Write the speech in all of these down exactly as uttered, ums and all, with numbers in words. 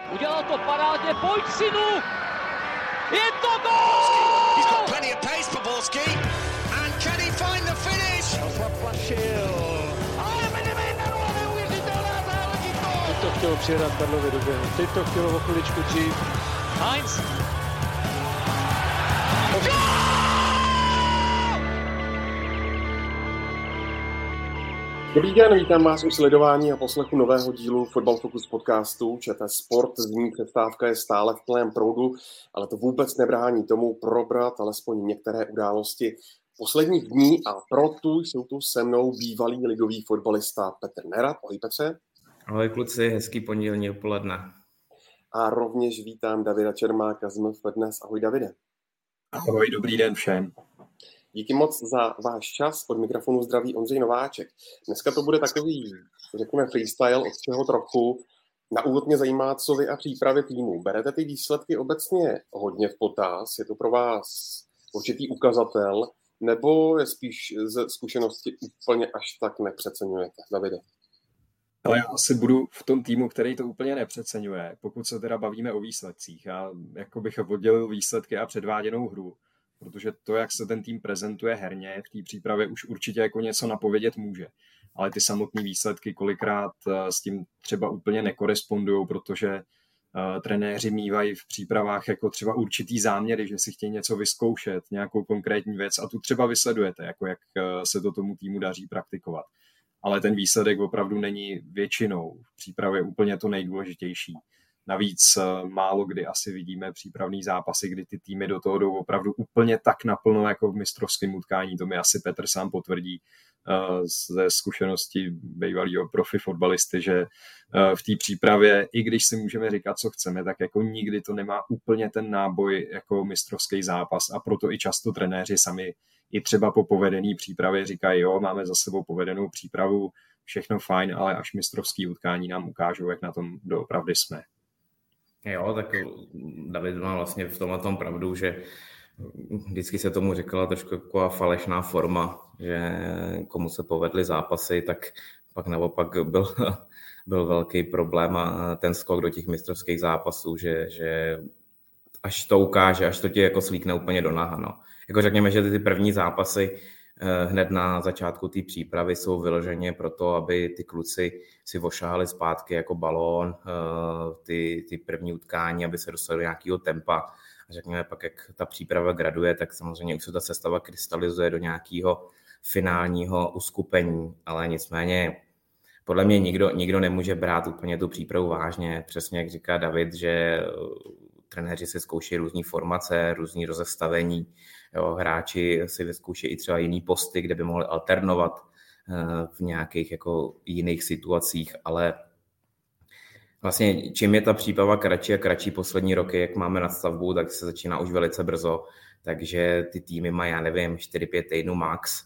Udělal to parádně, pojď synu! Je to gól! He's got plenty of pace for Borski. And can he find the finish? Zaplašil. Ale Medvedev, neuvěřitelná záležitost! Teď to chtělo přihrát Karlovi do běhu. Teď to chtělo o chviličku dřív. Heinz. Dobrý den, vítám vás u sledování a poslechu nového dílu Fotbal Focus podcastu ČT Sport. Zimní přestávka je stále v plném proudu, ale to vůbec nebrání tomu probrat alespoň některé události posledních dní a proto jsou tu se mnou bývalý ligový fotbalista Petr Nerad. Ahoj Petře. Ahoj kluci, hezký pondělní odpoledne. A rovněž vítám Davida Čermáka z MF Dnes. Ahoj Davide. Ahoj, dobrý den všem. Díky moc za váš čas. Od mikrofonu zdraví Ondřej Nováček. Dneska to bude takový, řekněme, freestyle, od čeho trochu. Na úvod mě zajímá, co vy a přípravy týmu. Berete ty výsledky obecně hodně v potaz? Je to pro vás určitý ukazatel? Nebo je spíš ze zkušenosti úplně až tak nepřeceňujete? Davide. Ale já asi budu v tom týmu, který to úplně nepřeceňuje, pokud se teda bavíme o výsledcích. Já jako bych oddělil výsledky a předváděnou hru. Protože to, jak se ten tým prezentuje herně, v té přípravě už určitě jako něco napovědět může. Ale ty samotné výsledky kolikrát s tím třeba úplně nekorespondují, protože uh, trenéři mívají v přípravách jako třeba určitý záměry, že si chtějí něco vyzkoušet, nějakou konkrétní věc a tu třeba vysledujete, jako jak uh, se to tomu týmu daří praktikovat. Ale ten výsledek opravdu není většinou v přípravě úplně to nejdůležitější. Navíc málo kdy asi vidíme přípravný zápasy, kdy ty týmy do toho jdou opravdu úplně tak naplno jako v mistrovském utkání. To mi asi Petr sám potvrdí ze zkušenosti bývalého profi fotbalisty, že v té přípravě, i když si můžeme říkat, co chceme, tak jako nikdy to nemá úplně ten náboj jako mistrovský zápas a proto i často trenéři sami i třeba po povedené přípravě říkají, jo, máme za sebou povedenou přípravu, všechno fajn, ale až mistrovský utkání nám ukážou, jak na tom doopravdy jsme. Jo, tak David má vlastně v tomhle tom pravdu, že vždycky se tomu říkala trošku taková falešná forma, že komu se povedly zápasy, tak pak naopak byl, byl velký problém a ten skok do těch mistrovských zápasů, že, že až to ukáže, až to ti jako slíkne úplně do naha. No. Jako řekněme, že ty první zápasy hned na začátku té přípravy jsou vyloženě proto, aby ty kluci si vošahali zpátky jako balón, ty, ty první utkání, aby se dostali do nějakého tempa. A řekněme pak, jak ta příprava graduje, tak samozřejmě už se ta sestava krystalizuje do nějakého finálního uskupení, ale nicméně podle mě nikdo, nikdo nemůže brát úplně tu přípravu vážně. Přesně jak říká David, že trenéři si zkouší různý formace, různý rozestavení, jo, hráči si vyzkouší i třeba jiný posty, kde by mohli alternovat v nějakých jako jiných situacích, ale vlastně čím je ta příprava kratší a kratší poslední roky, jak máme nadstavbu, tak se začíná už velice brzo, takže ty týmy mají, já nevím, čtyři pět týdnů max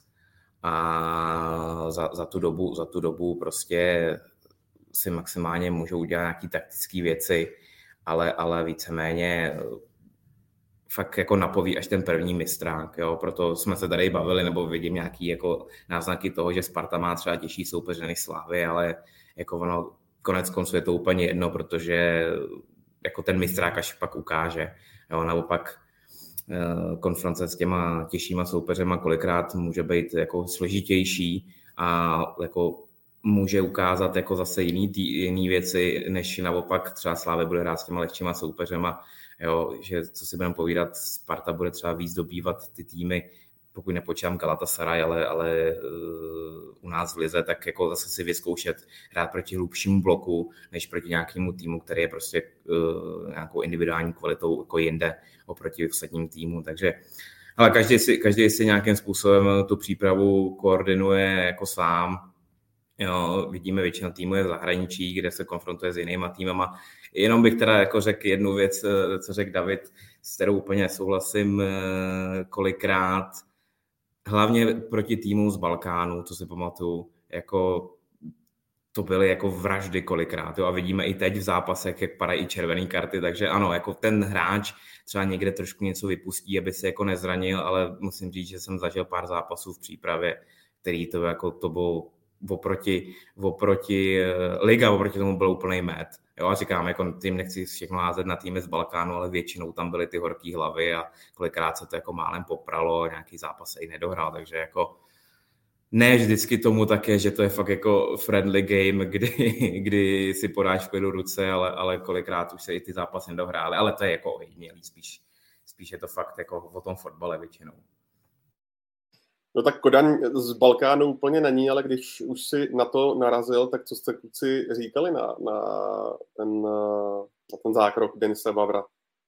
a za, za, tu dobu, za tu dobu prostě si maximálně můžou udělat nějaké taktické věci, ale, ale víceméně fakt jako napoví až ten první mistrák, jo, proto jsme se tady bavili, nebo vidím nějaký jako náznaky toho, že Sparta má třeba těžší soupeře než Slávy, ale jako ono konec konců je to úplně jedno, protože jako ten mistrák až pak ukáže, jo, naopak konfrontace s těma těžšíma soupeřema kolikrát může být jako složitější a jako může ukázat jako zase jiný, tý, jiný věci, než naopak třeba Slávy bude hrát s těma lehčíma soupeřema, jo, že co si budeme povídat, Sparta bude třeba víc dobývat ty týmy, pokud nepočítám Galatasaray, ale, ale uh, u nás v lize, tak jako zase si vyzkoušet hrát proti hlubšímu bloku, než proti nějakému týmu, který je prostě uh, nějakou individuální kvalitou jako jinde oproti ostatním týmu, takže ale každý si, každý si nějakým způsobem tu přípravu koordinuje jako sám. Jo, vidíme většina týmů je v zahraničí, kde se konfrontuje s jinýma týmama. Jenom bych teda jako řekl jednu věc, co řekl David, s kterou úplně nesouhlasím kolikrát. Hlavně proti týmům z Balkánu, co si pamatuju, jako to byly jako vraždy kolikrát. Jo, a vidíme i teď v zápasech, jak padají i červené karty, takže ano, jako ten hráč třeba někde trošku něco vypustí, aby se jako nezranil, ale musím říct, že jsem zažil pár zápasů v přípravě, který to jako to bylo oproti, oproti liga, oproti tomu byl úplný met. Jo, a říkám, jako tým nechci všechno házet na týmy z Balkánu, ale většinou tam byly ty horký hlavy a kolikrát se to jako málem popralo, nějaký zápas se i nedohrál, takže jako ne vždycky tomu také, že to je fakt jako friendly game, kdy, kdy si podáš v klidu ruce, ale, ale kolikrát už se i ty zápasy nedohrály, ale to je jako ojedinělý, spíš, spíš je to fakt jako o tom fotbale většinou. No tak Kodaň z Balkánu úplně není, ale když už si na to narazil, tak co jste kluci říkali na, na, ten, na ten zákrok Denise Vavra?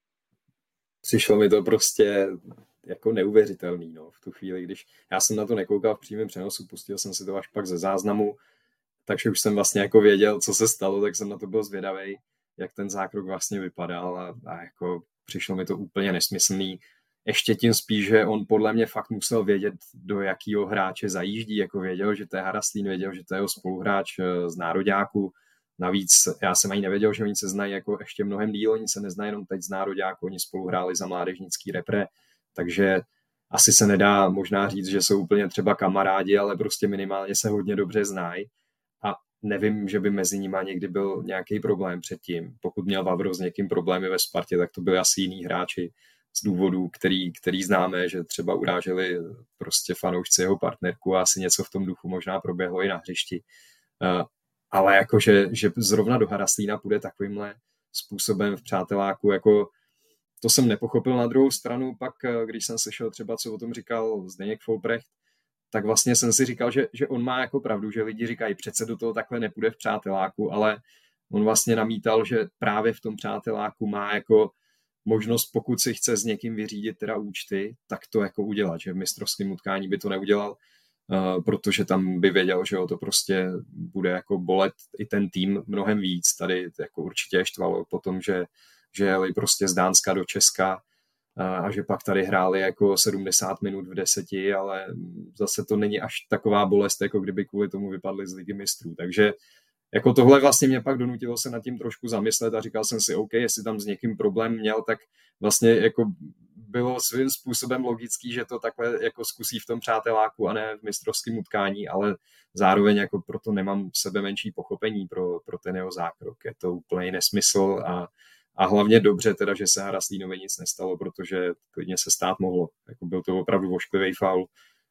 Přišlo mi to prostě jako neuvěřitelný, no, v tu chvíli, když já jsem na to nekoukal v přímém přenosu, pustil jsem si to až pak ze záznamu, takže už jsem vlastně jako věděl, co se stalo, tak jsem na to byl zvědavej, jak ten zákrok vlastně vypadal a, a jako přišlo mi to úplně nesmyslný. Ještě tím spíš, že on podle mě fakt musel vědět, do jakého hráče zajíždí, jako věděl, že to je Haraslín, věděl, že to je jeho spoluhráč z nároďáku. Navíc já jsem ani nevěděl, že oni se znají jako ještě mnohem díl, oni se neznají jenom teď z nároďáku, oni spolu hráli za mládežnický repre, takže asi se nedá možná říct, že jsou úplně třeba kamarádi, ale prostě minimálně se hodně dobře znají a nevím, že by mezi nimi někdy byl nějaký problém předtím. Pokud měl Vavro s někým problémy ve Spartě, tak to byli asi jiní hráči z důvodů, který, který známe, že třeba uráželi prostě fanoušci jeho partnerku a asi něco v tom duchu možná proběhlo i na hřišti. Uh, ale jakože, že zrovna do Haraslína půjde takovýmhle způsobem v přáteláku, jako to jsem nepochopil. Na druhou stranu pak, když jsem slyšel třeba, co o tom říkal Zdeněk Folprecht, tak vlastně jsem si říkal, že, že on má jako pravdu, že lidi říkají, přece do toho takhle nepůjde v přáteláku, ale on vlastně namítal, že právě v tom přáteláku má jako možnost, pokud si chce s někým vyřídit teda účty, tak to jako udělat, že v mistrovském utkání by to neudělal, uh, protože tam by věděl, že ho to prostě bude jako bolet i ten tým mnohem víc. Tady jako určitě štvalo potom, že, že jeli prostě z Dánska do Česka uh, a že pak tady hráli jako sedmdesát minut v deseti, ale zase to není až taková bolest, jako kdyby kvůli tomu vypadli z Ligy mistrů. Takže jako tohle vlastně mě pak donutilo se nad tím trošku zamyslet a říkal jsem si, OK, jestli tam s někým problém měl, tak vlastně jako bylo svým způsobem logický, že to takhle jako zkusí v tom přáteláku a ne v mistrovském utkání, ale zároveň jako proto nemám sebe menší pochopení pro, pro ten jeho zákrok. Je to úplný nesmysl a, a hlavně dobře teda, že se Haraslínovi nic nestalo, protože klidně se stát mohlo. Jako byl to opravdu ošklivý faul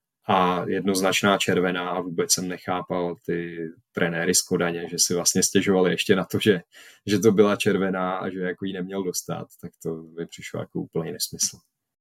a jednoznačná červená a vůbec jsem nechápal ty trenéry z Kodaně, že si vlastně stěžovali ještě na to, že, že to byla červená a že jako ji neměl dostat, tak to mi přišlo jako úplný nesmysl.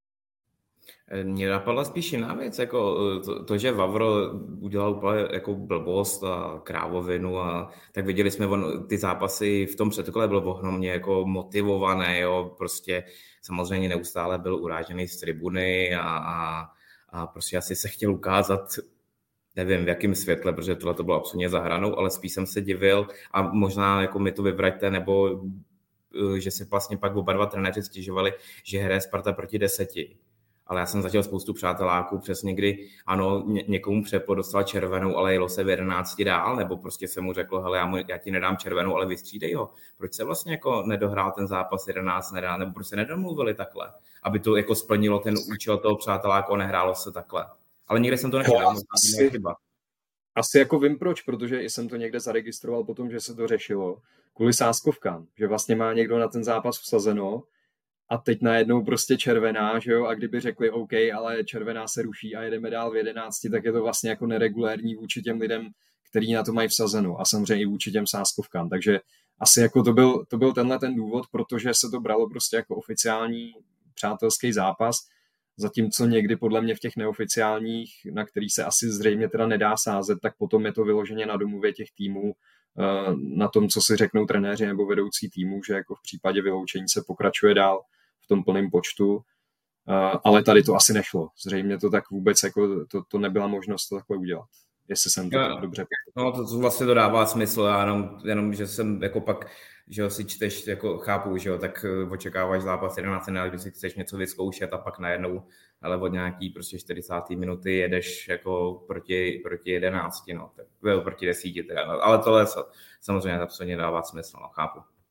Mně napadla spíš jiná věc, jako to, to, že Vavro udělal úplně jako blbost a krávovinu, a tak viděli jsme on, ty zápasy v tom předkole byl ohromně jako motivovaný, jo, prostě samozřejmě neustále byl urážený z tribuny a, a a prostě asi se chtěl ukázat, nevím v jakém světle, protože tohle to bylo absolutně za hranou, ale spíš jsem se divil a možná jako mi to vyvraťte, nebo že si vlastně pak oba dva trenéři stěžovali, že hraje Sparta proti deseti. Ale já jsem zažil spoustu přáteláků, přesně kdy ano, ně, někomu přepo dostal červenou, ale jelo se v jedenácti dál, nebo prostě se mu řeklo, hele, já, mu, já ti nedám červenou, ale vystřídej ho. Proč se vlastně jako nedohrál ten zápas jedenáct nedá, nebo proč se nedomluvili takhle, aby to jako splnilo ten účel toho přáteláku a nehrálo se takhle. Ale nikde jsem to nechtěl, no, asi, asi jako vím proč, protože jsem to někde zaregistroval potom, že se to řešilo kvůli sázkovkám, že vlastně má někdo na ten zápas vsazeno. A teď najednou prostě červená, že jo, a kdyby řekli OK, ale červená se ruší a jedeme dál v jedenácti, tak je to vlastně jako neregulérní vůči těm lidem, kteří na to mají vsazeno a samozřejmě i vůči těm sázkovkám. Takže asi jako to byl, to byl tenhle ten důvod, protože se to bralo prostě jako oficiální přátelský zápas, zatímco někdy podle mě v těch neoficiálních, na který se asi zřejmě teda nedá sázet, tak potom je to vyloženě na domluvě těch týmů, na tom, co si řeknou trenéři nebo vedoucí týmu, že jako v případě vyloučení se pokračuje dál v tom plném počtu, ale tady to asi nešlo. Zřejmě to tak vůbec jako, to, to nebyla možnost to takhle udělat. Jestli jsem to no, dobře pochopil. No to vlastně to dává smysl, já jenom, jenom, že jsem jako pak, že si čteš, jako chápu, že jo, tak očekáváš zápas jedenáct, ale když si chceš něco vyzkoušet a pak najednou, ale od nějaký prostě čtyřicáté minuty jedeš jako proti, proti jedenácti, no, tak, proti desíti teda, ale tohle samozřejmě absolutně dává smysl, no, chápu.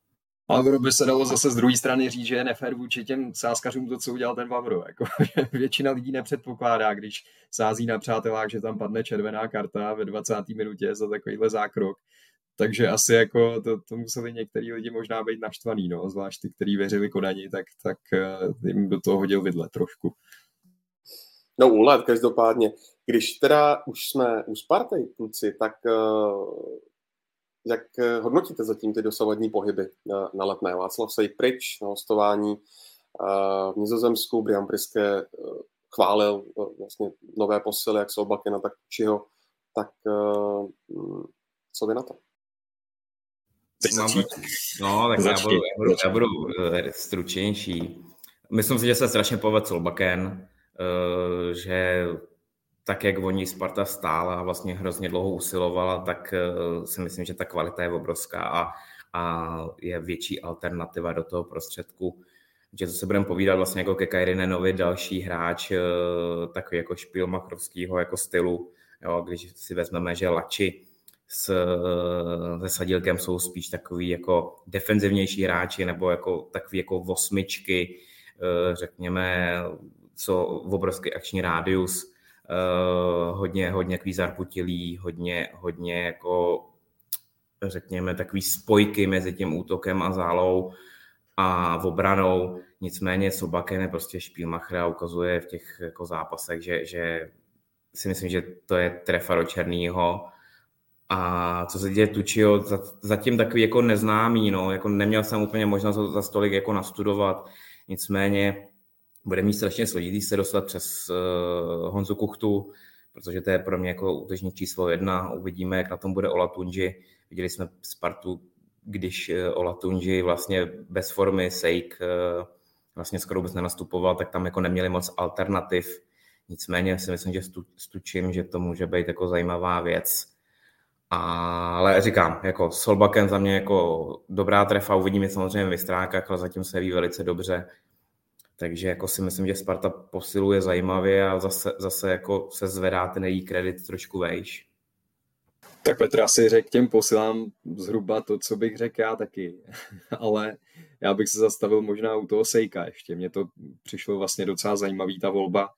Ale by se dalo zase z druhé strany říct, že je nefér vůči těm sázkařům to, co udělal ten Vavro. Jako, většina lidí nepředpokládá, když sází na přátelák, že tam padne červená karta ve dvacáté minutě za takovýhle zákrok. Takže asi jako to, to museli některý lidi možná být naštvaný, no, zvlášť ty, kteří věřili Kodani, tak, tak jim do toho hodil vidle trošku. No úlet, každopádně. Když teda už jsme u Sparty, kluci, tak jak hodnotíte zatím ty dosavadní pohyby na, na Letné? Václav Sejk pryč na hostování v Nizozemsku, Brian Priske chválil vlastně nové posily, jak Solbakena, tak Tucciho. Tak co vy na to? Mám, no, tak já budu, já budu, já budu stručnější. Myslím si, že se strašně povedl Solbaken, že tak, jak oni Sparta stála a vlastně hrozně dlouho usilovala, tak si myslím, že ta kvalita je obrovská a, a je větší alternativa do toho prostředku. Že to se budeme povídat vlastně jako ke Kairinenovi, další hráč takový jako Špilmachrovskýho jako stylu, jo, když si vezmeme, že Lači s, se Sadílkem jsou spíš takový jako defenzivnější hráči nebo jako takový jako osmičky, řekněme, co obrovský akční rádius, hodně, hodně takový zarputilý, hodně, hodně jako řekněme takový spojky mezi tím útokem a zálou a obranou. Nicméně Solbaken je prostě Špílmacher a ukazuje v těch jako zápasech, že, že si myslím, že to je trefa do černýho. A co se děje Tucciho, zatím takový jako neznámý, no, jako neměl jsem úplně možnost za stolik jako nastudovat, nicméně bude mít strašně složitý se dostat přes uh, Honzu Kuchtu, protože to je pro mě jako útočník číslo jedna. Uvidíme, jak na tom bude Olatunji. Viděli jsme Spartu, když uh, Olatunji vlastně bez formy, Sejk uh, vlastně skoro vůbec nenastupoval, tak tam jako neměli moc alternativ. Nicméně si myslím, že s Tučím, že to může být jako zajímavá věc. Ale říkám, jako Solbaken za mě jako dobrá trefa, uvidíme samozřejmě ve Strákách, ale zatím se ví velice dobře. Takže jako si myslím, že Sparta posiluje zajímavě a zase, zase jako se zvedá ten její kredit trošku vejš. Tak Petr asi řekl těm posilám zhruba to, co bych řekl já taky. Ale já bych se zastavil možná u toho Sejka ještě. Mně to přišlo vlastně docela zajímavý, ta volba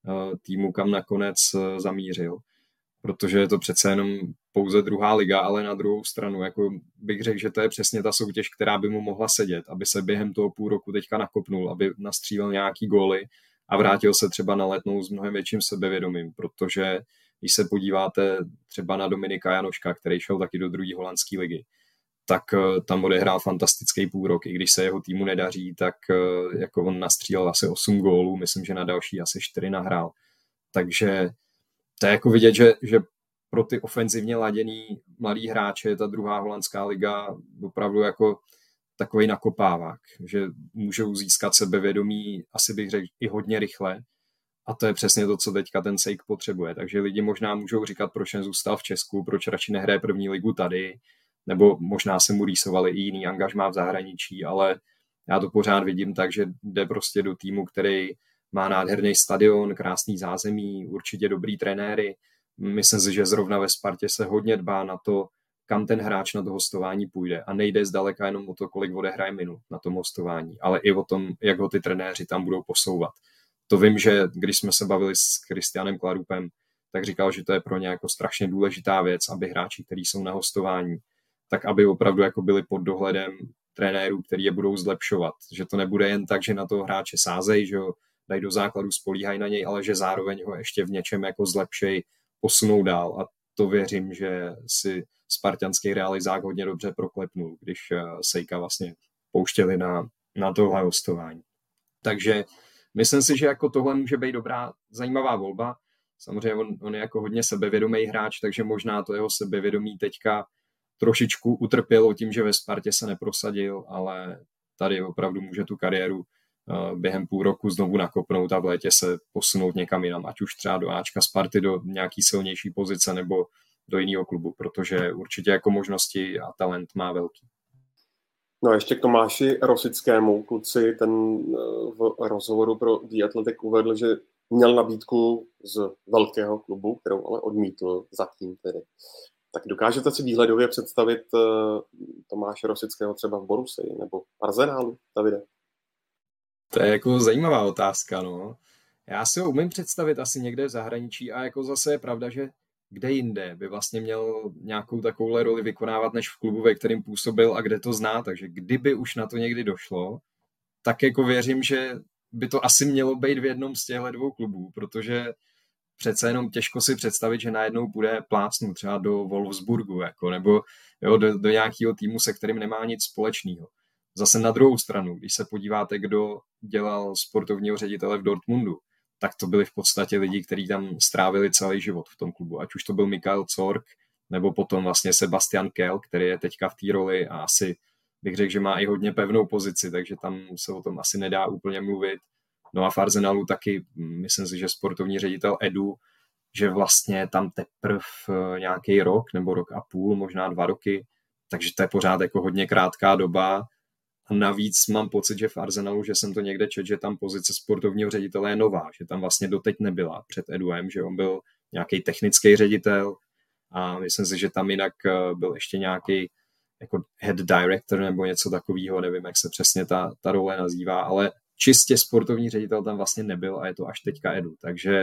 týmu, kam nakonec zamířil. Protože je to přece jenom pouze druhá liga, ale na druhou stranu jako bych řekl, že to je přesně ta soutěž, která by mu mohla sedět, aby se během toho půl roku teďka nakopnul, aby nastřílel nějaký góly a vrátil se třeba na Letnou s mnohem větším sebevědomím, protože když se podíváte třeba na Dominika Janoška, který šel taky do druhé holandské ligy, tak tam odehrál fantastický půl rok, i když se jeho týmu nedaří, tak jako on nastřílel asi osm gólů, myslím, že na další asi čtyři nahrál. Takže to je jako vidět, že, že pro ty ofenzivně laděný mladý hráče ta druhá holandská liga opravdu jako takový nakopávák, že můžou získat sebevědomí, asi bych řekl, i hodně rychle. A to je přesně to, co teďka ten Sejk potřebuje. Takže lidi možná můžou říkat, proč nezůstal v Česku, proč radši nehraje první ligu tady, nebo možná se mu rýsovali i jiný angažmá v zahraničí, ale já to pořád vidím tak, že jde prostě do týmu, který má nádherný stadion, krásný zázemí, určitě dobrý trenéry. Myslím si, že zrovna ve Spartě se hodně dbá na to, kam ten hráč na to hostování půjde. A nejde zdaleka jenom o to, kolik odehraje minut na tom hostování, ale i o tom, jak ho ty trenéři tam budou posouvat. To vím, že když jsme se bavili s Kristianem Klarupem, tak říkal, že to je pro ně jako strašně důležitá věc, aby hráči, kteří jsou na hostování, tak aby opravdu jako byli pod dohledem trenérů, který je budou zlepšovat. Že to nebude jen tak, že na toho hráče sázej, že ho dají do základu, spolíhají na něj, ale že zároveň ho ještě v něčem jako zlepšej, posunou dál. A to věřím, že si spartanský realizák hodně dobře proklepnul, když Sejka vlastně pouštěli na, na tohle hostování. Takže myslím si, že jako tohle může být dobrá, zajímavá volba. Samozřejmě on, on je jako hodně sebevědomý hráč, takže možná to jeho sebevědomí teďka trošičku utrpělo tím, že ve Spartě se neprosadil, ale tady opravdu může tu kariéru během půl roku znovu nakopnout a v létě se posunout někam jinam, ať už třeba do Ačka Sparty, do nějaký silnější pozice nebo do jiného klubu, protože určitě jako možnosti a talent má velký. No a ještě k Tomáši Rosickému, kluci, ten v rozhovoru pro The Athletic uvedl, že měl nabídku z velkého klubu, kterou ale odmítl zatím tedy. Tak dokážete si výhledově představit uh, Tomáše Rosického třeba v Borussii nebo Arsenálu, Davide? To je jako zajímavá otázka, no. Já si ho umím představit asi někde v zahraničí a jako zase je pravda, že kde jinde by vlastně měl nějakou takovouhle roli vykonávat než v klubu, ve kterém působil a kde to zná, takže kdyby už na to někdy došlo, tak jako věřím, že by to asi mělo být v jednom z těchto dvou klubů, protože přece jenom těžko si představit, že najednou bude plácnout třeba do Wolfsburgu, jako, nebo jo, do, do nějakého týmu, se kterým nemá nic společného. Zase na druhou stranu, když se podíváte, kdo dělal sportovního ředitele v Dortmundu, tak to byli v podstatě lidi, kteří tam strávili celý život v tom klubu. Ať už to byl Michael Zorc, nebo potom vlastně Sebastian Kehl, který je teďka v té roli a asi bych řekl, že má i hodně pevnou pozici, takže tam se o tom asi nedá úplně mluvit. No a v Arsenalu taky, myslím si, že sportovní ředitel Edu, že vlastně tam teprv nějaký rok, nebo rok a půl, možná dva roky, takže to je pořád jako hodně krátká doba. A navíc mám pocit, že v Arsenalu, že jsem to někde četl, že tam pozice sportovního ředitele je nová, že tam vlastně doteď nebyla před Eduem, že on byl nějaký technický ředitel a myslím si, že tam jinak byl ještě nějaký jako head director nebo něco takového, nevím, jak se přesně ta, ta role nazývá, ale čistě sportovní ředitel tam vlastně nebyl a je to až teďka Edu, takže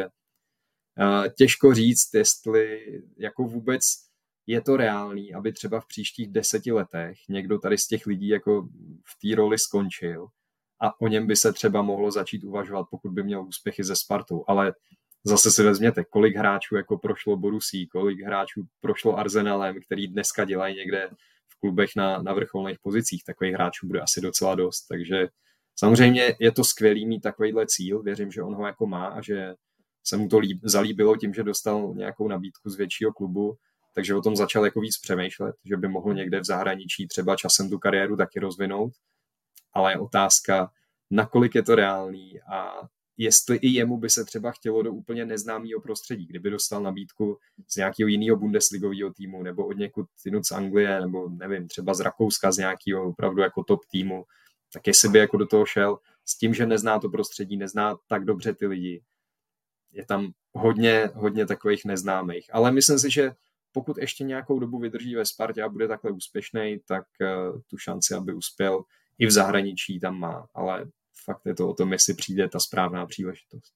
uh, těžko říct, jestli jako vůbec je to reálný, aby třeba v příštích deseti letech někdo tady z těch lidí jako v té roli skončil a o něm by se třeba mohlo začít uvažovat, pokud by měl úspěchy ze Spartou, ale zase si vezměte, kolik hráčů jako prošlo Borussí, kolik hráčů prošlo Arsenalem, který dneska dělají někde v klubech na, na vrcholných pozicích, takových hráčů bude asi docela dost, takže samozřejmě je to skvělý mít takovýhle cíl, věřím, že on ho jako má a že se mu to líb, zalíbilo tím, že dostal nějakou nabídku z většího klubu, takže o tom začal jako víc přemýšlet, že by mohl někde v zahraničí třeba časem tu kariéru taky rozvinout, ale je otázka, nakolik je to reálný a jestli i jemu by se třeba chtělo do úplně neznámého prostředí, kdyby dostal nabídku z nějakého jiného bundesligového týmu nebo od někud z Anglie nebo nevím, třeba z Rakouska, z nějakého opravdu jako top týmu, tak jestli by jako do toho šel s tím, že nezná to prostředí, nezná tak dobře ty lidi. Je tam hodně, hodně takových neznámých, ale myslím si, že pokud ještě nějakou dobu vydrží ve Spartě a bude takhle úspěšný, tak uh, tu šanci, aby uspěl i v zahraničí tam má, ale fakt je to o tom, jestli přijde ta správná příležitost.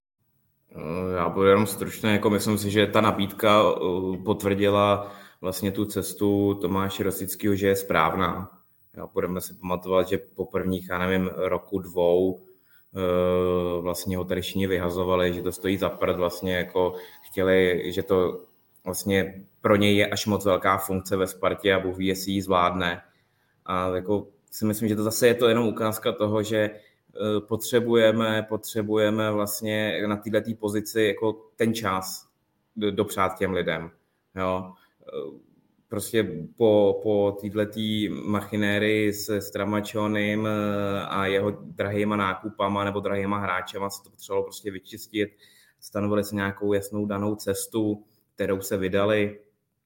Já budu jenom stručně, jako myslím si, že ta nabídka potvrdila vlastně tu cestu Tomáše Rosického, že je správná. Já budeme si pamatovat, že po prvních, já nevím, roku, dvou vlastně ho tady všichni vyhazovali, že to stojí za prd, vlastně jako chtěli, že to vlastně pro něj je až moc velká funkce ve Spartě a Bůh ví, jestli ji zvládne. A jako si myslím, že to zase je to jenom ukázka toho, že potřebujeme, potřebujeme vlastně na této pozici jako ten čas dopřát těm lidem. Jo. Prostě po, po této machinérii se Stramačonem a jeho drahýma nákupama nebo drahýma hráčema se to potřebovalo prostě vyčistit. Stanovili se nějakou jasnou danou cestu, kterou se vydali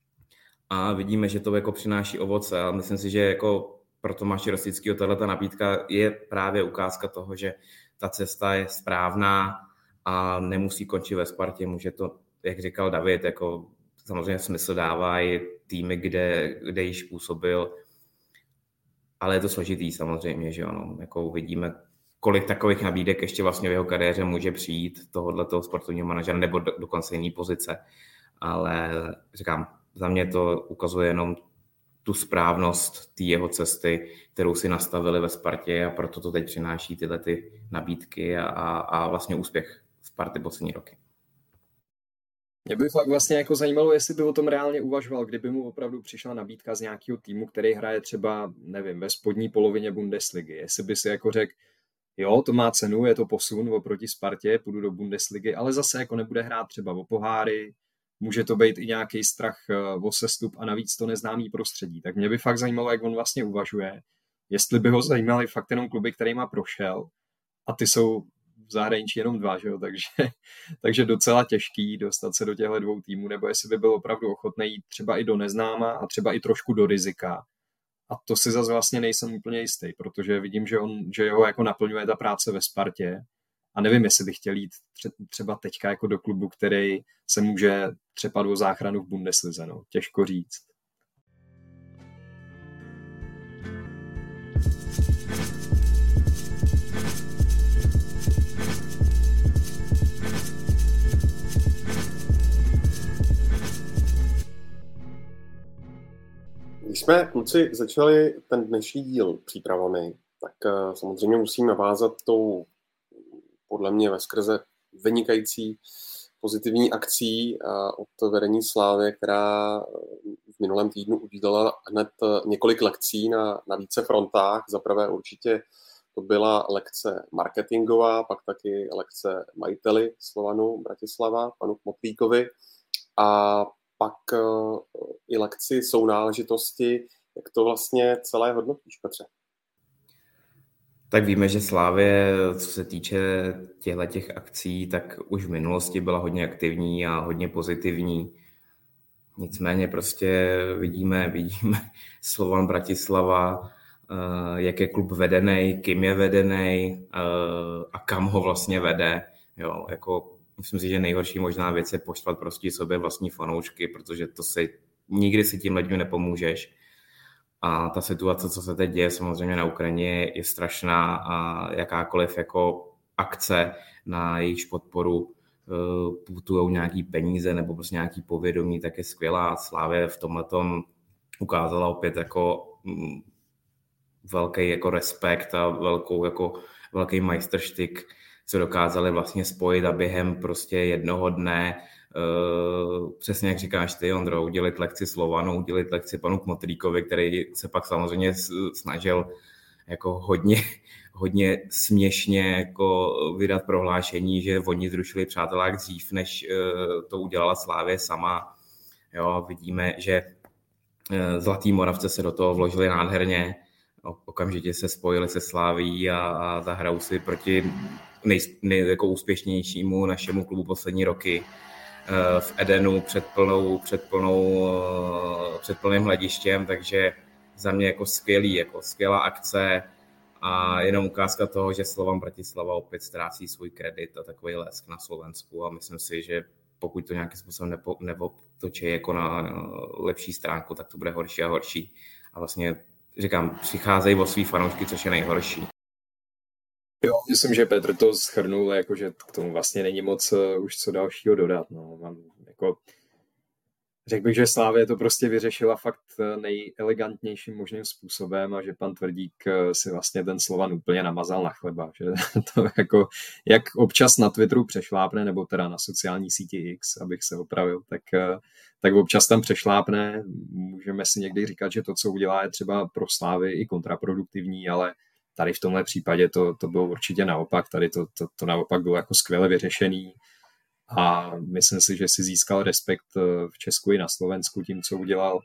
a vidíme, že to jako přináší ovoce. A myslím si, že jako pro Tomáše Rosického tato nabídka je právě ukázka toho, že ta cesta je správná a nemusí končit ve Spartě. Může to, jak říkal David, jako samozřejmě smysl dává i týmy, kde, kde již působil, ale je to složitý samozřejmě, že ono, jako uvidíme, kolik takových nabídek ještě vlastně v jeho kariéře může přijít tohoto sportovního manažera nebo do, dokonce jiný pozice. Ale říkám, za mě to ukazuje jenom tu správnost té jeho cesty, kterou si nastavili ve Spartě a proto to teď přináší tyhle ty nabídky a, a, a vlastně úspěch Sparty poslední roky. Mě by fakt vlastně jako zajímalo, jestli by o tom reálně uvažoval, kdyby mu opravdu přišla nabídka z nějakého týmu, který hraje třeba, nevím, ve spodní polovině Bundesligy. Jestli by si jako řekl, jo, to má cenu, je to posun oproti Spartě, půjdu do Bundesligy, ale zase jako nebude hrát třeba o poháry, může to být i nějaký strach o sestup a navíc to neznámý prostředí. Tak mě by fakt zajímalo, jak on vlastně uvažuje, jestli by ho zajímaly fakt jenom kluby, kterýma prošel a ty jsou v zahraničí jenom dva, že jo? Takže, takže docela těžký dostat se do těchto dvou týmů, nebo jestli by byl opravdu ochotný jít třeba i do neznáma a třeba i trošku do rizika. A to si zase vlastně nejsem úplně jistý, protože vidím, že, on, že jeho jako naplňuje ta práce ve Spartě A nevím, jestli bych chtěl jít třeba teďka jako do klubu, který se může třepat o záchranu v Bundeslize. No. Těžko říct. Když jsme, kluci, začali ten dnešní díl přípravami, tak uh, samozřejmě musím navázat tou, podle mě veskrze vynikající pozitivní akcí uh, od vedení Slávy, která v minulém týdnu udělala hned několik lekcí na, na více frontách. Za prvé určitě to byla lekce marketingová, pak taky lekce majiteli Slovanu Bratislava, panu Kmotlíkovi, a pak uh, i lekci sounáležitosti. Jak to vlastně celé hodnotíš, Petře? Tak víme, že Slavie, co se týče těchto akcí, tak už v minulosti byla hodně aktivní a hodně pozitivní. Nicméně prostě vidíme, vidíme Slovan Bratislava, jak je klub vedený, kým je vedený a kam ho vlastně vede. Jo, jako myslím si, že nejhorší možná věc je poštvat prostě sobě vlastní fanoušky, protože to si, nikdy si tím lidem nepomůžeš. A ta situace, co se teď děje samozřejmě na Ukrajině, je strašná a jakákoliv jako akce na jejich podporu putujou nějaký peníze nebo prostě nějaký povědomí, tak je skvělá. Slavie v tomhletom ukázala opět jako velký jako respekt a velkou jako velký majstrštyk, co dokázali vlastně spojit a během prostě jednoho dne, uh, přesně jak říkáš ty, Ondro, udělit lekci Slovanu, udělit lekci panu Kmotlíkovi, který se pak samozřejmě snažil jako hodně, hodně směšně jako vydat prohlášení, že oni zrušili přátelák dřív, než uh, to udělala Slavie sama. Jo, vidíme, že uh, Zlatý Moravce se do toho vložili nádherně, okamžitě se spojili se Slavií a, a zahrajou si proti nej, nej, jako úspěšnějšímu našemu klubu poslední roky v Edenu před, plnou, před, plnou, před plným hledištěm, takže za mě jako skvělý, jako skvělá akce a jenom ukázka toho, že Slovan Bratislava opět ztrácí svůj kredit a takový lesk na Slovensku a myslím si, že pokud to nějakým způsobem nepo, nepotočí jako na lepší stránku, tak to bude horší a horší a vlastně říkám, přicházejí o svý fanoušky, což je nejhorší. Jo, myslím, že Petr to shrnul, jakože k tomu vlastně není moc uh, už co dalšího dodat. No. Mám, jako, řekl bych, že Slavie to prostě vyřešila fakt nejelegantnějším možným způsobem a že pan Tvrdík si vlastně ten Slovan úplně namazal na chleba. Že to jako, jak občas na Twitteru přešlápne, nebo teda na sociální síti X, abych se opravil, tak, tak občas tam přešlápne. Můžeme si někdy říkat, že to, co udělá, je třeba pro Slavii i kontraproduktivní, ale tady v tomhle případě to, to bylo určitě naopak. Tady to, to, to naopak bylo jako skvěle vyřešený. A myslím si, že si získal respekt v Česku i na Slovensku tím, co udělal.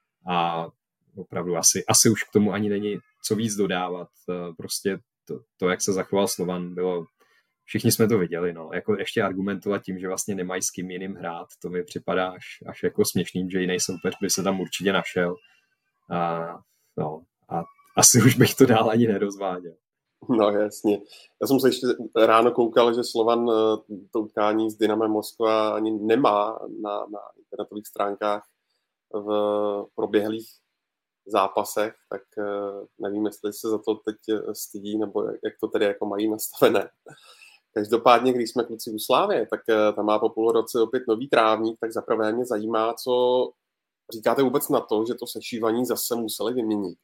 A opravdu asi, asi už k tomu ani není co víc dodávat. Prostě to, to jak se zachoval Slovan, bylo... Všichni jsme to viděli. No. Jako ještě argumentovat tím, že vlastně nemají s kým jiným hrát, to mi připadá až, až jako směšným, že jiný soupeř by se tam určitě našel. A, no, a asi už bych to dál ani nerozváděl. No jasně. Já jsem se ještě ráno koukal, že Slovan to utkání s Dynamem Moskva ani nemá na, na internetových stránkách v proběhlých zápasech, tak nevím, jestli se za to teď stydí, nebo jak to tedy jako mají nastavené. Každopádně, když jsme kluci u Slávie, tak tam má po půl roce opět nový trávník, tak zaprvé mě zajímá, co říkáte vůbec na to, že to sešívaní zase museli vyměnit.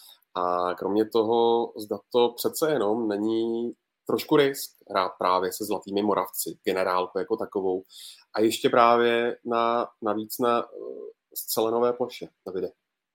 A kromě toho, zda to přece jenom není trošku risk hrát právě se Zlatými Moravci, generálku jako takovou. A ještě právě na, navíc na zcela nové ploše, Davide.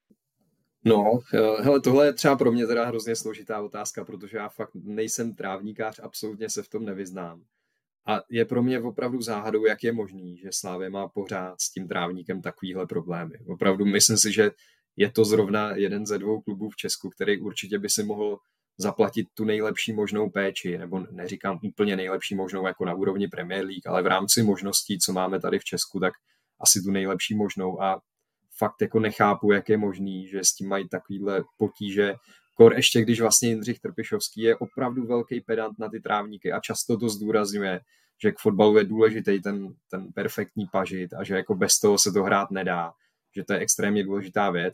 No, hele, tohle je třeba pro mě teda hrozně složitá otázka, protože já fakt nejsem trávníkář, absolutně se v tom nevyznám. A je pro mě opravdu záhadou, jak je možný, že Slavia má pořád s tím trávníkem takovýhle problémy. Opravdu myslím si, že je to zrovna jeden ze dvou klubů v Česku, který určitě by si mohl zaplatit tu nejlepší možnou péči, nebo neříkám úplně nejlepší možnou jako na úrovni Premier League, ale v rámci možností, co máme tady v Česku, tak asi tu nejlepší možnou a fakt jako nechápu, jak je možný, že s tím mají takovýhle potíže. Kor ještě, když vlastně Jindřich Trpišovský je opravdu velký pedant na ty trávníky a často to zdůrazňuje, že k fotbalu je důležitý ten, ten perfektní pažit a že jako bez toho se to hrát nedá, že to je extrémně důležitá věc.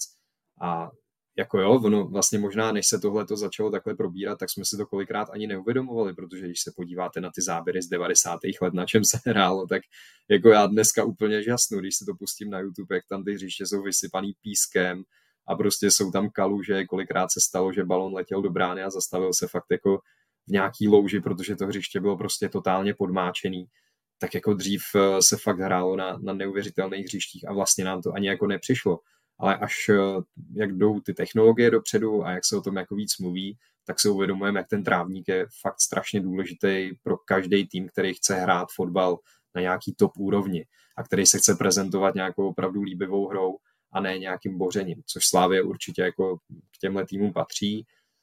A jako jo, ono vlastně možná, než se tohle to začalo takhle probírat, tak jsme si to kolikrát ani neuvědomovali, protože když se podíváte na ty záběry z devadesátých let, na čem se hrálo, tak jako já dneska úplně žasnu, když si to pustím na YouTube, jak tam ty hřiště jsou vysypaný pískem a prostě jsou tam kaluže, kolikrát se stalo, že balon letěl do brány a zastavil se fakt jako v nějaký louži, protože to hřiště bylo prostě totálně podmáčený. Tak jako dřív se fakt hrálo na, na neuvěřitelných hřištích a vlastně nám to ani jako nepřišlo. Ale až jak jdou ty technologie dopředu a jak se o tom jako víc mluví, tak si uvědomujeme, jak ten trávník je fakt strašně důležitý pro každý tým, který chce hrát fotbal na nějaký top úrovni a který se chce prezentovat nějakou opravdu líbivou hrou a ne nějakým bořením, což Slavie určitě jako k těmhle týmům patří.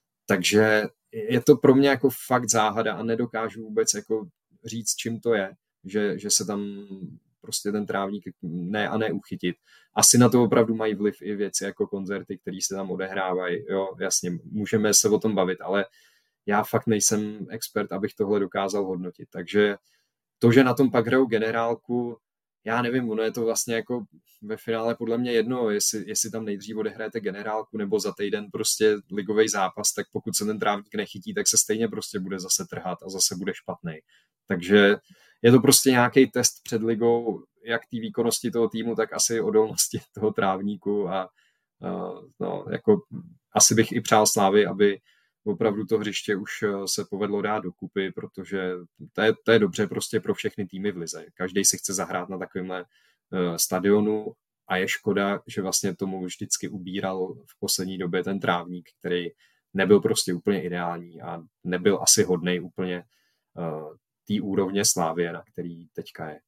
Takže je to pro mě jako fakt záhada a nedokážu vůbec jako říct, čím to je, že, že se tam prostě ten trávník ne a ne uchytit. Asi na to opravdu mají vliv i věci jako koncerty, které se tam odehrávají. Jo, jasně, můžeme se o tom bavit, ale já fakt nejsem expert, abych tohle dokázal hodnotit. Takže to, že na tom pak hrajou generálku, já nevím, ono je to vlastně jako ve finále podle mě jedno, jestli, jestli tam nejdřív odehrajete generálku nebo za týden prostě ligový zápas, tak pokud se ten trávník nechytí, tak se stejně prostě bude zase trhat a zase bude špatný. Takže je to prostě nějaký test před ligou, jak té výkonnosti toho týmu, tak asi odolnosti toho trávníku a uh, no, jako asi bych i přál Slávy, aby opravdu to hřiště už se povedlo dát dokupy, protože to je, to je dobře prostě pro všechny týmy v lize. Každý si chce zahrát na takovémhle uh, stadionu a je škoda, že vlastně tomu vždycky ubíral v poslední době ten trávník, který nebyl prostě úplně ideální a nebyl asi hodnej úplně uh, té úrovně Slávie, na který teďka je.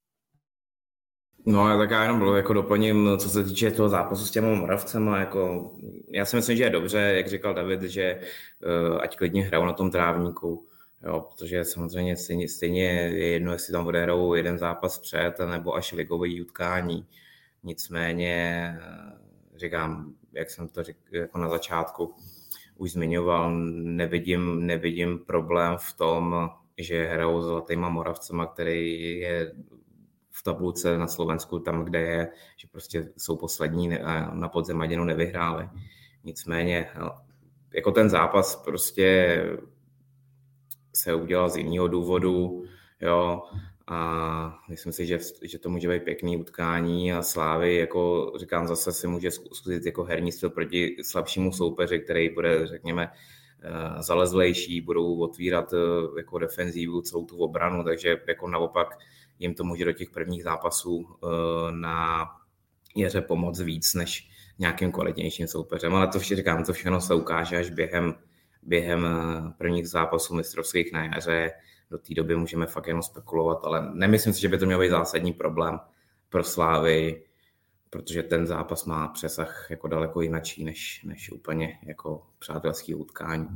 No, tak já jenom bylo, jako doplním, co se týče toho zápasu s těmi Moravcema, jako já si myslím, že je dobře, jak říkal David, že uh, ať klidně hrajou na tom trávníku, jo, protože samozřejmě stejně, stejně je jedno, jestli tam odehrajou jeden zápas před, nebo až ligové utkání. Nicméně, říkám, jak jsem to řekl jako na začátku, už zmiňoval, nevidím, nevidím problém v tom, že hrajou s Zlatýma Moravcema, který je v tabulce na Slovensku tam, kde je, že prostě jsou poslední a na podzem Maděnu nevyhráli. Nicméně, jako ten zápas prostě se udělal z jiného důvodu, jo, a myslím si, že, že to může být pěkný utkání a Slávy, jako říkám, zase si může zkusit jako herní styl proti slabšímu soupeři, který bude, řekněme, zalezlejší, budou otvírat jako defenzivu celou tu obranu, takže jako naopak jim to může do těch prvních zápasů na jaře pomoct víc než nějakým kvalitnějším soupeřem, ale to vše říkám, to všechno se ukáže až během, během prvních zápasů mistrovských na jaře. Do té doby můžeme fakt jenom spekulovat, ale nemyslím si, že by to měl být zásadní problém pro Slávy, protože ten zápas má přesah jako daleko jinačí než, než úplně jako přátelský utkání.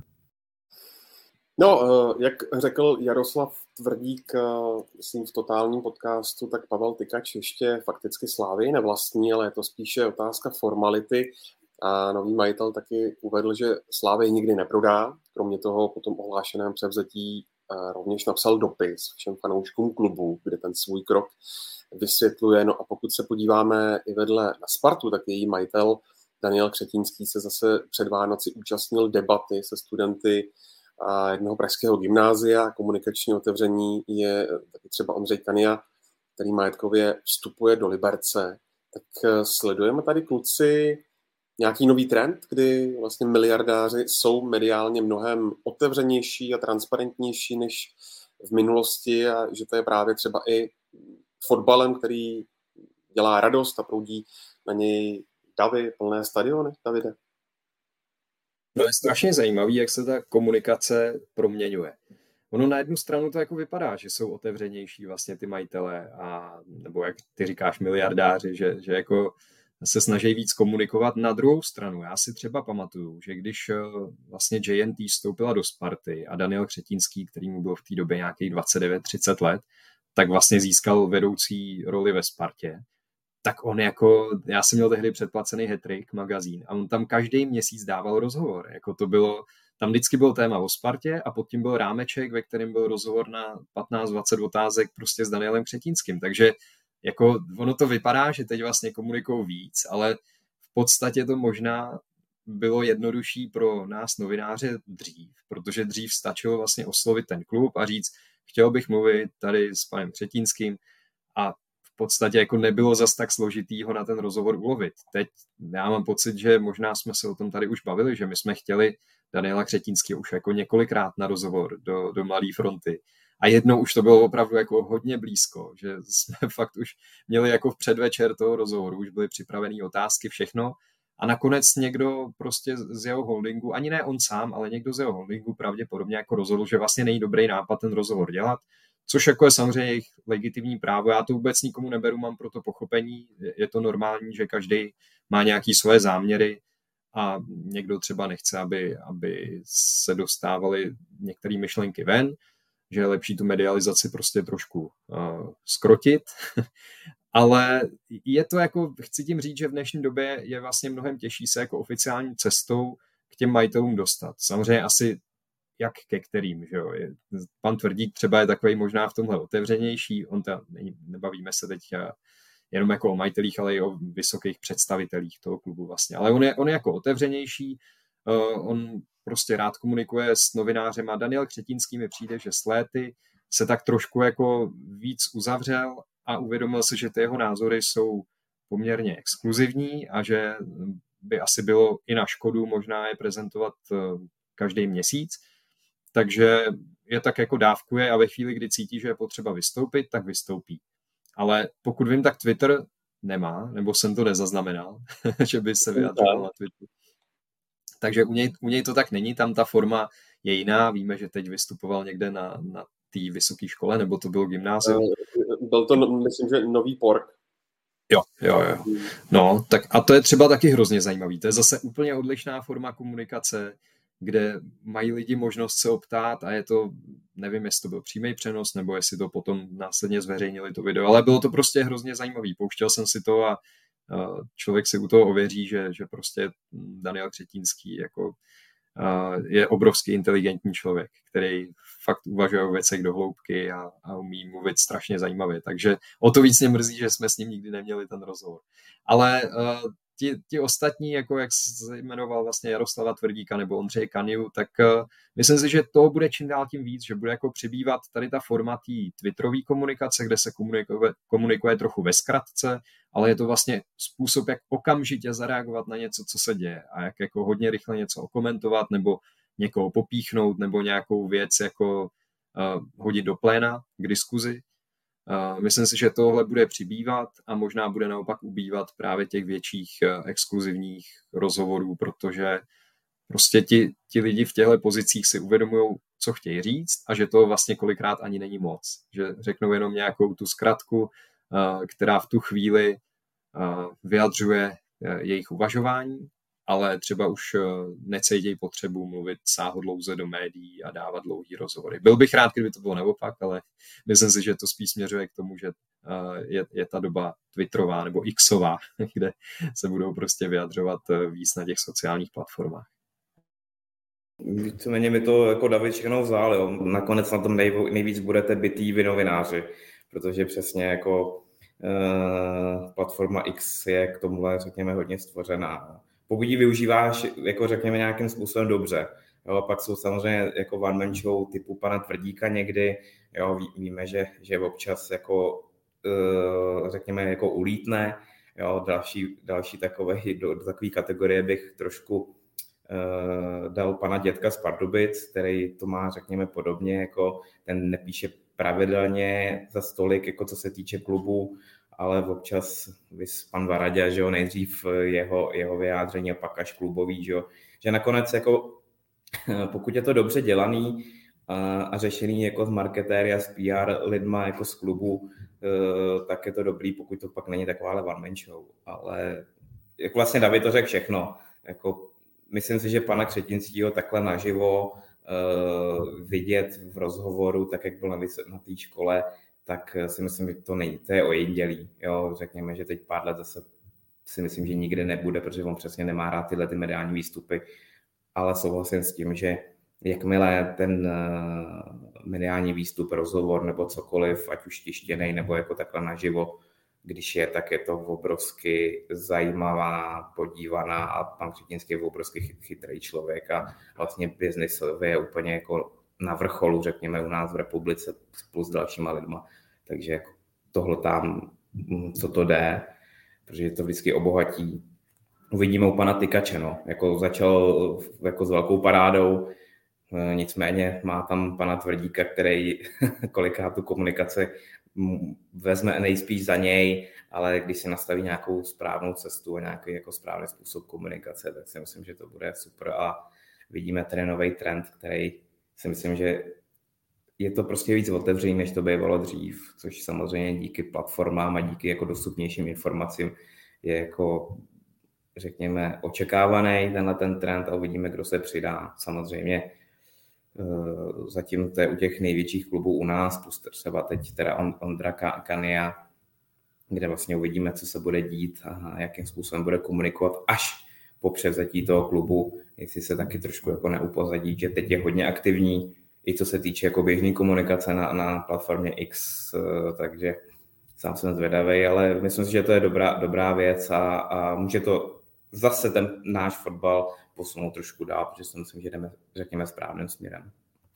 No, jak řekl Jaroslav Tvrdík, myslím v totálním podcastu, tak Pavel Tykač ještě fakticky Slávy nevlastní, ale je to spíše otázka formality. A nový majitel taky uvedl, že Slávy nikdy neprodá. Kromě toho po tom ohlášeném převzetí rovněž napsal dopis všem fanouškům klubu, kde ten svůj krok vysvětluje. No a pokud se podíváme i vedle na Spartu, tak její majitel Daniel Křetínský se zase před Vánoci účastnil debaty se studenty jednoho pražského gymnázia. Komunikační otevření je taky třeba Ondřej Kania, který majetkově vstupuje do Liberce. Tak sledujeme tady, kluci, nějaký nový trend, kdy vlastně miliardáři jsou mediálně mnohem otevřenější a transparentnější než v minulosti a že to je právě třeba i fotbalem, který dělá radost a proudí na něj davy, plné stadiony, Davide? No je strašně zajímavý, jak se ta komunikace proměňuje. Ono na jednu stranu to jako vypadá, že jsou otevřenější vlastně ty majitelé a nebo jak ty říkáš miliardáři, že, že jako se snaží víc komunikovat. Na druhou stranu, já si třeba pamatuju, že když vlastně J N T vstoupila do Sparty a Daniel Křetínský, který mu bylo v té době nějakých dvacet devět třicet let, tak vlastně získal vedoucí roli ve Spartě, tak on jako, já jsem měl tehdy předplacený hat-trick magazín a on tam každý měsíc dával rozhovor, jako to bylo, tam vždycky byl téma o Spartě a pod tím byl rámeček, ve kterém byl rozhovor na patnáct dvacet otázek prostě s Danielem Křetínským, takže jako ono to vypadá, že teď vlastně komunikují víc, ale v podstatě to možná bylo jednodušší pro nás novináře dřív, protože dřív stačilo vlastně oslovit ten klub a říct, chtěl bych mluvit tady s panem Křetínským a v podstatě jako nebylo zas tak složitý ho na ten rozhovor ulovit. Teď já mám pocit, že možná jsme se o tom tady už bavili, že my jsme chtěli Daniela Křetínského už jako několikrát na rozhovor do, do Mladé fronty. A jednou už to bylo opravdu jako hodně blízko, že jsme fakt už měli jako v předvečer toho rozhovoru, už byly připravené otázky, všechno. A nakonec někdo prostě z jeho holdingu, ani ne on sám, ale někdo z jeho holdingu pravděpodobně jako rozhodl, že vlastně není dobrý nápad ten rozhovor dělat, což jako je samozřejmě jejich legitimní právo. Já to vůbec nikomu neberu, mám pro to pochopení. Je to normální, že každý má nějaké svoje záměry a někdo třeba nechce, aby, aby se dostávaly některé myšlenky ven, že je lepší tu medializaci prostě trošku uh, skrotit. Ale je to jako, chci tím říct, že v dnešní době je vlastně mnohem těžší se jako oficiální cestou k těm majitelům dostat. Samozřejmě asi jak ke kterým, že jo. Pan Tvrdík třeba je takový možná v tomhle otevřenější, on ta, nebavíme se teď jenom jako o majitelích, ale i o vysokých představitelích toho klubu vlastně. Ale on je, on je jako otevřenější, uh, on prostě rád komunikuje s novinářem a Daniel Křetínský mi přijde, že s léty se tak trošku jako víc uzavřel a uvědomil si, že ty jeho názory jsou poměrně exkluzivní a že by asi bylo i na škodu možná je prezentovat každý měsíc. Takže je tak jako dávkuje a ve chvíli, kdy cítí, že je potřeba vystoupit, tak vystoupí. Ale pokud vím, tak Twitter nemá, nebo jsem to nezaznamenal, že by se vyjadřoval na Twitteru. Takže u něj, u něj to tak není, tam ta forma je jiná. Víme, že teď vystupoval někde na, na té vysoké škole, nebo to bylo gymnázium. Byl to, myslím, že nový Pork. Jo, jo, jo. No, tak a to je třeba taky hrozně zajímavý. To je zase úplně odlišná forma komunikace, kde mají lidi možnost se optát a je to, nevím, jestli to byl přímý přenos, nebo jestli to potom následně zveřejnili to video, ale bylo to prostě hrozně zajímavý. Pouštěl jsem si to a člověk si u toho ověří, že, že prostě Daniel Křetínský jako je obrovský inteligentní člověk, který fakt uvažuje o věcech do hloubky a, a umí mluvit strašně zajímavě. Takže o to víc mě mrzí, že jsme s ním nikdy neměli ten rozhovor. Ale uh, ti, ti ostatní, jako jak se jmenoval vlastně Jaroslava Tvrdíka nebo Ondřeje Kaniu, tak uh, myslím si, že to bude čím dál tím víc, že bude jako přibývat tady ta forma té twitterové komunikace, kde se komunikuje, komunikuje trochu ve zkratce, ale je to vlastně způsob, jak okamžitě zareagovat na něco, co se děje a jak jako hodně rychle něco okomentovat nebo někoho popíchnout nebo nějakou věc jako uh, hodit do pléna k diskuzi. Uh, myslím si, že tohle bude přibývat a možná bude naopak ubývat právě těch větších uh, exkluzivních rozhovorů, protože prostě ti, ti lidi v těchto pozicích si uvědomují, co chtějí říct a že to vlastně kolikrát ani není moc. Že řeknou jenom nějakou tu zkratku, uh, která v tu chvíli uh, vyjadřuje uh, jejich uvažování, ale třeba už necítějí potřebu mluvit sáhodlouze do médií a dávat dlouhý rozhovory. Byl bych rád, kdyby to bylo naopak, ale myslím si, že to spíš směřuje k tomu, že je, je ta doba twitterová nebo xová, kde se budou prostě vyjadřovat víc na těch sociálních platformách. Víceméně mi to jako David všechno vzal, jo. Nakonec na tom nej, nejvíc budete bitý vy novináři, protože přesně jako uh, platforma X je k tomuhle, řekněme, hodně stvořená. Pokud ji využíváš, jako řekněme, nějakým způsobem dobře. Jo, pak jsou samozřejmě jako one-man show typu pana Tvrdíka někdy. Jo, ví, víme, že, že občas jako, uh, řekněme, jako ulítne. Jo, další, další takové, do, do takové kategorie bych trošku uh, dal pana dětka z Pardubic, který to má, řekněme, podobně, jako ten nepíše pravidelně za stolik, jako co se týče klubu, ale občas vys pan Varadě, že jo, nejdřív jeho, jeho vyjádření a pak až klubový, že jo, že nakonec jako, pokud je to dobře dělaný a, a řešený jako z marketéry a z P R lidma jako z klubu, tak je to dobrý, pokud to pak není takováhle one man show, ale jako vlastně David to řekl všechno, jako myslím si, že pana Křetínskýho takhle naživo uh, vidět v rozhovoru, tak jak byl na, na té škole, tak si myslím, že to, nej, to je ojedinělý. Jo, řekněme, že teď pár let zase si myslím, že nikde nebude, protože on přesně nemá rád tyhle ty mediální výstupy, ale souhlasím s tím, že jakmile ten mediální výstup, rozhovor nebo cokoliv, ať už tištěnej nebo jako takhle naživo, když je, tak je to obrovsky zajímavá, podívaná a pan Křetínský je obrovsky chytrý člověk a vlastně biznisově je úplně jako na vrcholu, řekněme, u nás v republice spolu s dalšíma lidma. Takže jako tohle tam, co to jde, protože to vždycky obohatí. Uvidíme u pana Tykače, no. Jako začal jako s velkou parádou, nicméně má tam pana Tvrdíka, který kolikrát tu komunikaci vezme nejspíš za něj, ale když si nastaví nějakou správnou cestu a nějaký jako správný způsob komunikace, tak si myslím, že to bude super a vidíme ten nový trend, který si myslím, že je to prostě víc otevřený, než to bývalo dřív, což samozřejmě díky platformám a díky jako dostupnějším informacím je jako, řekněme, očekávaný tenhle ten trend a uvidíme, kdo se přidá. Samozřejmě zatím to je u těch největších klubů u nás, plus třeba teď teda Ondra Kania, kde vlastně uvidíme, co se bude dít a jakým způsobem bude komunikovat až po převzetí toho klubu, jestli se taky trošku jako neupozadí, že teď je hodně aktivní, i co se týče jako běžné komunikace na, na platformě X, takže sám jsem zvědavý, ale myslím si, že to je dobrá, dobrá věc a, a může to zase ten náš fotbal posunout trošku dál, protože si myslím, že jdeme, řekněme, správným směrem.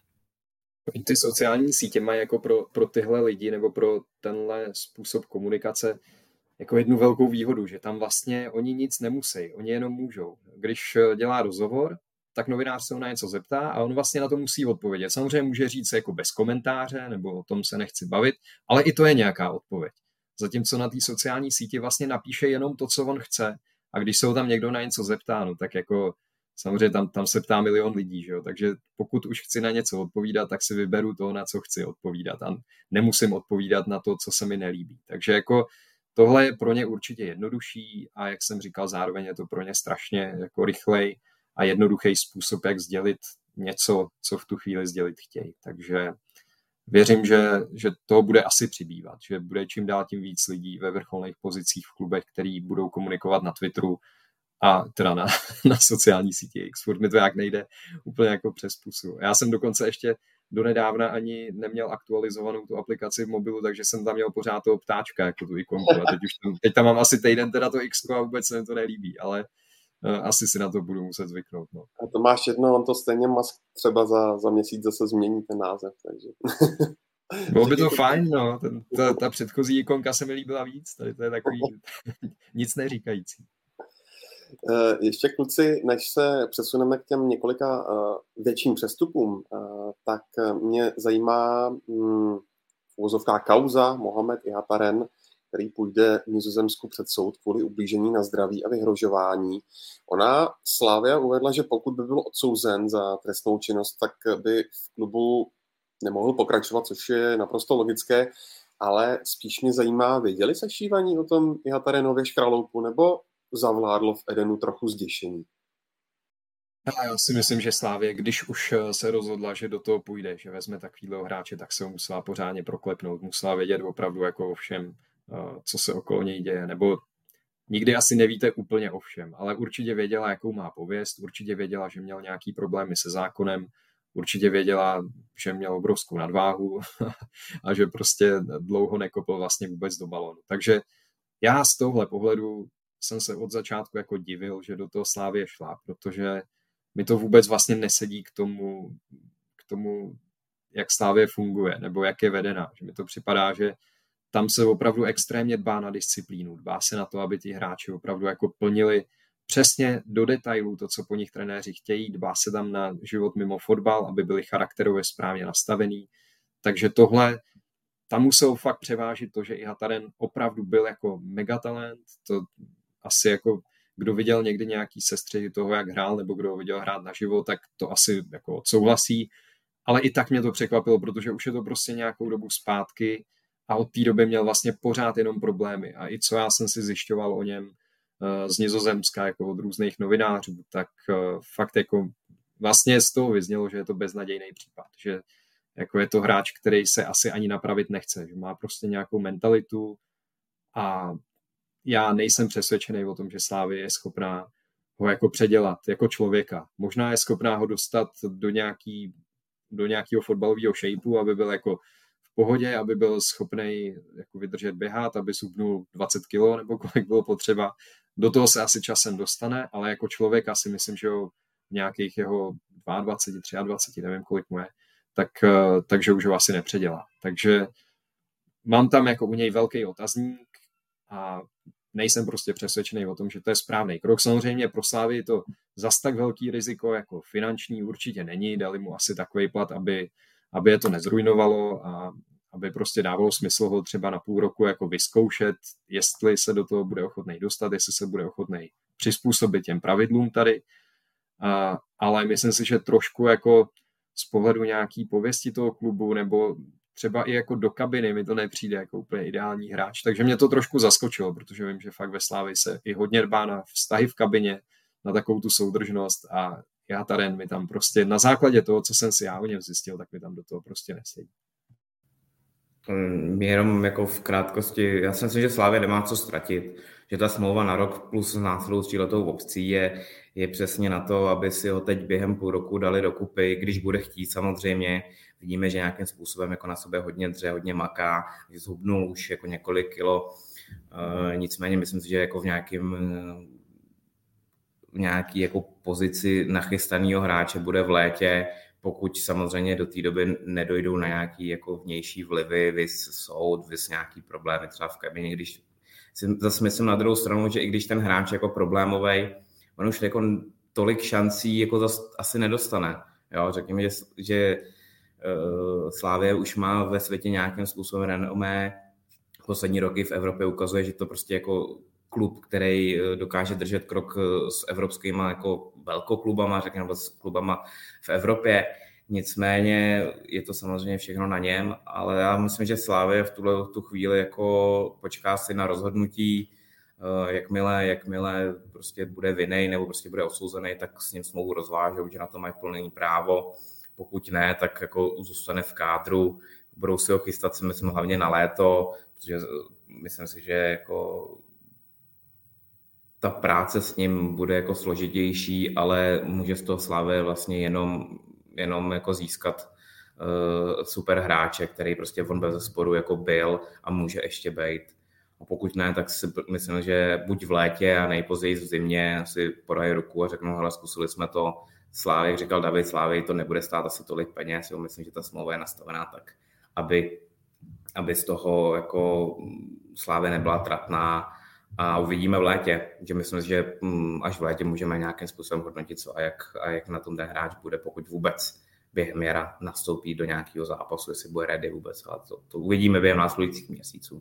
Ty sociální sítě mají jako pro, pro tyhle lidi nebo pro tenhle způsob komunikace jako jednu velkou výhodu, že tam vlastně oni nic nemusí, oni jenom můžou. Když dělá rozhovor, tak novinář se ho na něco zeptá a on vlastně na to musí odpovědět. Samozřejmě může říct jako bez komentáře nebo o tom se nechci bavit, ale i to je nějaká odpověď. Zatímco na té sociální síti vlastně napíše jenom to, co on chce. A když se ho tam někdo na něco zeptá, no tak jako samozřejmě tam, tam se ptá milion lidí, že jo? Takže pokud už chci na něco odpovídat, tak si vyberu to, na co chci odpovídat a nemusím odpovídat na to, co se mi nelíbí. Takže jako tohle je pro ně určitě jednodušší a jak jsem říkal, zároveň je to pro ně strašně jako rychlej a jednoduchý způsob, jak sdělit něco, co v tu chvíli sdělit chtějí. Takže věřím, že, že toho bude asi přibývat, že bude čím dál tím víc lidí ve vrcholných pozicích v klubech, který budou komunikovat na Twitteru a teda na, na sociální síti X. Furt mi to jak nejde úplně jako přes pusu. Já jsem dokonce ještě donedávna ani neměl aktualizovanou tu aplikaci v mobilu, takže jsem tam měl pořád toho ptáčka, jako tu ikonku. A teď, už tam, teď tam mám asi týden teda to X a vůbec se mi to nelíbí, ale uh, asi si na to budu muset zvyknout. No. A to máš jedno, on to stejně Musk třeba za, za měsíc zase změní ten název, takže... Bylo by to fajn, no. Ten, ta, ta předchozí ikonka se mi líbila víc, tady to je takový nic neříkající. Ještě kluci, než se přesuneme k těm několika větším přestupům, tak mě zajímá v uvozovkách kauza Mohamed Ihataren, který půjde v Nizozemsku před soud kvůli ublížení na zdraví a vyhrožování. Ona Slavia uvedla, že pokud by byl odsouzen za trestnou činnost, tak by v klubu nemohl pokračovat, což je naprosto logické, ale spíš mě zajímá, věděli se šívaní o tom Ihatarenově škraloupu, nebo zavládlo v Edenu trochu zděšení? Já si myslím, že Slavie, když už se rozhodla, že do toho půjde, že vezme takovýhle hráče, tak se ho musela pořádně proklepnout. Musela vědět opravdu jako o všem, co se okolo něj děje. Nebo nikdy asi nevíte úplně o všem, ale určitě věděla, jakou má pověst, určitě věděla, že měl nějaký problémy se zákonem, určitě věděla, že měl obrovskou nadváhu a že prostě dlouho nekopl vlastně vůbec do balonu. Takže já z tohle pohledu jsem se od začátku jako divil, že do toho Slavie šla, protože mi to vůbec vlastně nesedí k tomu, k tomu, jak Slavie funguje, nebo jak je vedená. Že mi to připadá, že tam se opravdu extrémně dbá na disciplínu, dbá se na to, aby ti hráči opravdu jako plnili přesně do detailů to, co po nich trenéři chtějí, dbá se tam na život mimo fotbal, aby byli charakterově správně nastavený. Takže tohle, tam musel fakt převážit to, že Ihataren opravdu byl jako megatalent, to asi jako kdo viděl někdy nějaký sestřihy toho, jak hrál, nebo kdo ho viděl hrát naživo, tak to asi jako odsouhlasí. Ale i tak mě to překvapilo, protože už je to prostě nějakou dobu zpátky a od té doby měl vlastně pořád jenom problémy. A i co já jsem si zjišťoval o něm z Nizozemska, jako od různých novinářů, tak fakt jako vlastně z toho vyznělo, že je to beznadějný případ. Že Jako je to hráč, který se asi ani napravit nechce, že má prostě nějakou mentalitu a já nejsem přesvědčený o tom, že Slavia je schopná ho jako předělat, jako člověka. Možná je schopná ho dostat do nějaký, do nějakého fotbalového shapeu, aby byl jako v pohodě, aby byl schopný jako vydržet běhat, aby zhubnul dvacet kilo nebo kolik bylo potřeba. Do toho se asi časem dostane, ale jako člověka si myslím, že ho v nějakých jeho dvacet dva, dvacet tři, nevím kolik mu je, tak, takže už ho asi nepředělá. Takže mám tam jako u něj velký otazník a nejsem prostě přesvědčený o tom, že to je správný krok. Samozřejmě pro Slavii to zas tak velký riziko jako finanční určitě není, dali mu asi takový plat, aby, aby je to nezrujnovalo a aby prostě dávalo smysl ho třeba na půl roku jako vyzkoušet, jestli se do toho bude ochotný dostat, jestli se bude ochotný přizpůsobit těm pravidlům tady. A, ale myslím si, že trošku jako z pohledu nějaký pověsti toho klubu nebo třeba i jako do kabiny mi to nepřijde jako úplně ideální hráč, takže mě to trošku zaskočilo, protože vím, že fakt ve Slavii se i hodně dbá na vztahy v kabině, na takovou tu soudržnost a já tady mi tam prostě na základě toho, co jsem si já o něm zjistil, tak mi tam do toho prostě nesedí. Jenom jako v krátkosti, já si myslím, že Slavia nemá co ztratit, že ta smlouva na rok plus s následující letou opcí je, je přesně na to, aby si ho teď během půl roku dali dokupy, když bude chtít samozřejmě. Vidíme, že nějakým způsobem jako na sobě hodně dře, hodně maká, že zhubnul už jako několik kilo, e, nicméně myslím si, že jako v nějakým v nějaký jako pozici nachystaného hráče bude v létě, pokud samozřejmě do té doby nedojdou na nějaký jako vnější vlivy, vys soud, vys nějaký problémy třeba v kabině, když si zase myslím na druhou stranu, že i když ten hráč jako problémovej, on už jako tolik šancí jako zase asi nedostane. Jo, řekněme, že, že uh, Slavia už má ve světě nějakým způsobem renomé. Poslední roky v Evropě ukazuje, že to prostě jako klub, který dokáže držet krok s evropskýma jako velkoklubama, řekněme s klubama v Evropě. Nicméně je to samozřejmě všechno na něm, ale já myslím, že Slavia v tuhle tu chvíli jako počká si na rozhodnutí, jakmile, jakmile prostě bude vinnej nebo prostě bude odsouzený, tak s ním smlouvu rozvážou, že na to mají plný právo. Pokud ne, tak jako zůstane v kádru. Budou si ho chystat, si myslím, hlavně na léto, protože myslím si, že jako ta práce s ním bude jako složitější, ale může z toho Slavie vlastně jenom, jenom jako získat uh, super hráče, který prostě on bez sporu jako byl a může ještě být. A pokud ne, tak si myslím, že buď v létě a nejpozději v zimě si podají ruku a řeknou, hele, zkusili jsme to. Slavii, jak říkal David, Slavii to nebude stát asi tolik peněz, jo, myslím, že ta smlouva je nastavená tak, aby, aby z toho jako Slavia nebyla tratná. A uvidíme v létě, že myslím, že až v létě můžeme nějakým způsobem hodnotit, co a jak, a jak na tom ten hráč bude, pokud vůbec během jara nastoupí do nějakého zápasu, jestli bude ready vůbec, ale to, to uvidíme během následujících měsíců.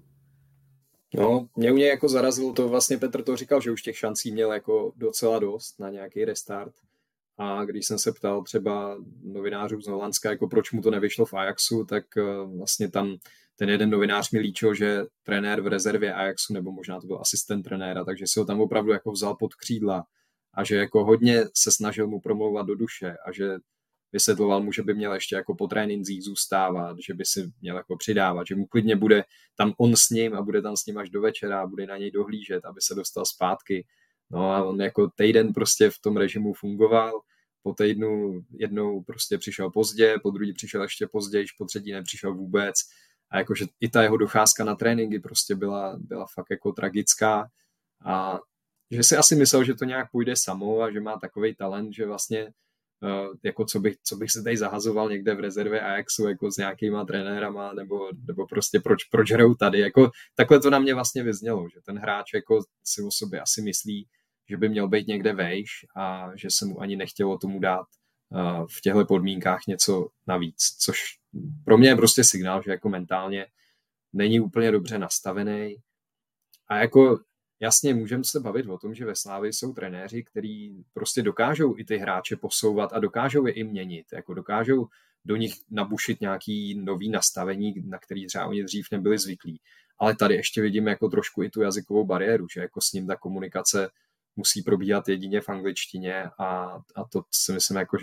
No, mě u něj jako zarazilo to, vlastně Petr to říkal, že už těch šancí měl jako docela dost na nějaký restart. A když jsem se ptal třeba novinářů z Holandska, jako proč mu to nevyšlo v Ajaxu, tak vlastně tam ten jeden novinář mi líčil, že trenér v rezervě Ajaxu, nebo možná to byl asistent trenéra, takže si ho tam opravdu jako vzal pod křídla a že jako hodně se snažil mu promlouvat do duše a že vysvětloval mu, že by měl ještě jako po trénincích zůstávat, že by si měl jako přidávat, že mu klidně bude tam on s ním a bude tam s ním až do večera a bude na něj dohlížet, aby se dostal zpátky. No a on jako týden prostě v tom režimu fungoval, po týdnu jednou prostě přišel pozdě, po druhý přišel ještě později, po třetí nepřišel vůbec. A jakože i ta jeho docházka na tréninky prostě byla, byla fakt jako tragická a že si asi myslel, že to nějak půjde samo a že má takovej talent, že vlastně uh, jako co bych, co bych se tady zahazoval někde v rezervě Ajaxu jako s nějakýma trenérama nebo, nebo prostě proč, proč hrajou tady. Jako, takhle to na mě vlastně vyznělo, že ten hráč jako si o sobě asi myslí, že by měl být někde vejš a že se mu ani nechtělo tomu dát uh, v těchto podmínkách něco navíc, což pro mě je prostě signál, že jako mentálně není úplně dobře nastavený. A jako jasně můžeme se bavit o tom, že ve Slavii jsou trenéři, kteří prostě dokážou i ty hráče posouvat a dokážou je i měnit. Jako dokážou do nich nabušit nějaký nový nastavení, na který třeba oni dřív nebyli zvyklí. Ale tady ještě vidím jako trošku i tu jazykovou bariéru, že jako s ním ta komunikace musí probíhat jedině v angličtině a, a to si myslím jako, že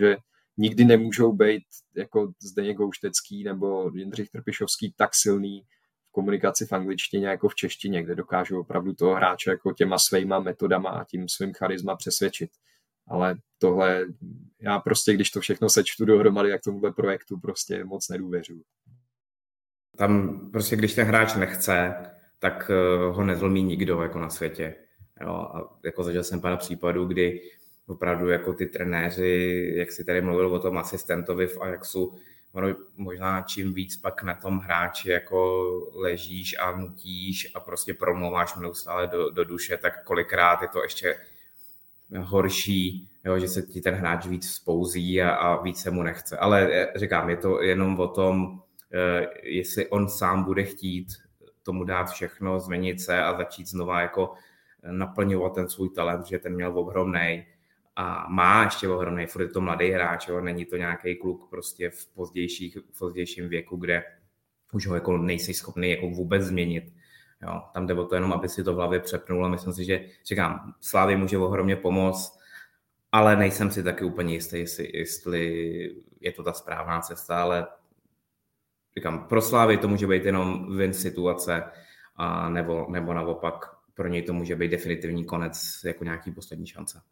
nikdy nemůžou být jako Zdeněk Houštecký nebo Jindřich Trpišovský tak silný v komunikaci v angličtině jako v češtině, kde dokážou opravdu toho hráče jako těma svýma metodama a tím svým charisma přesvědčit. Ale tohle, já prostě, když to všechno sečtu dohromady, jak tomuhle projektu prostě moc nedůvěřuju. Tam prostě, když ten hráč nechce, tak ho nezlomí nikdo jako na světě. Jo, a jako zažil jsem pár případů, kdy opravdu jako ty trenéři, jak si tady mluvil o tom asistentovi v Ajaxu, možná čím víc pak na tom hráči jako ležíš a nutíš a prostě promlouváš neustále do, do duše, tak kolikrát je to ještě horší, jo, že se ti ten hráč víc vzpouzí a, a víc se mu nechce. Ale říkám, je to jenom o tom, jestli on sám bude chtít tomu dát všechno, změnit se a začít znova jako naplňovat ten svůj talent, že ten měl ohromnej a má ještě ohromnej, furt je to mladý hráč, jo, není to nějaký kluk prostě v pozdějších, v pozdějším věku, kde už ho jako nejsi schopný jako vůbec změnit. Jo, tam jde o to jenom, aby si to v hlavě přepnul a myslím si, že říkám, Slávy může ohromně pomoct, ale nejsem si taky úplně jistý, jestli, jestli je to ta správná cesta, ale říkám, pro Slávy to může být jenom win situace a nebo, nebo naopak pro něj to může být definitivní konec jako nějaký poslední šance.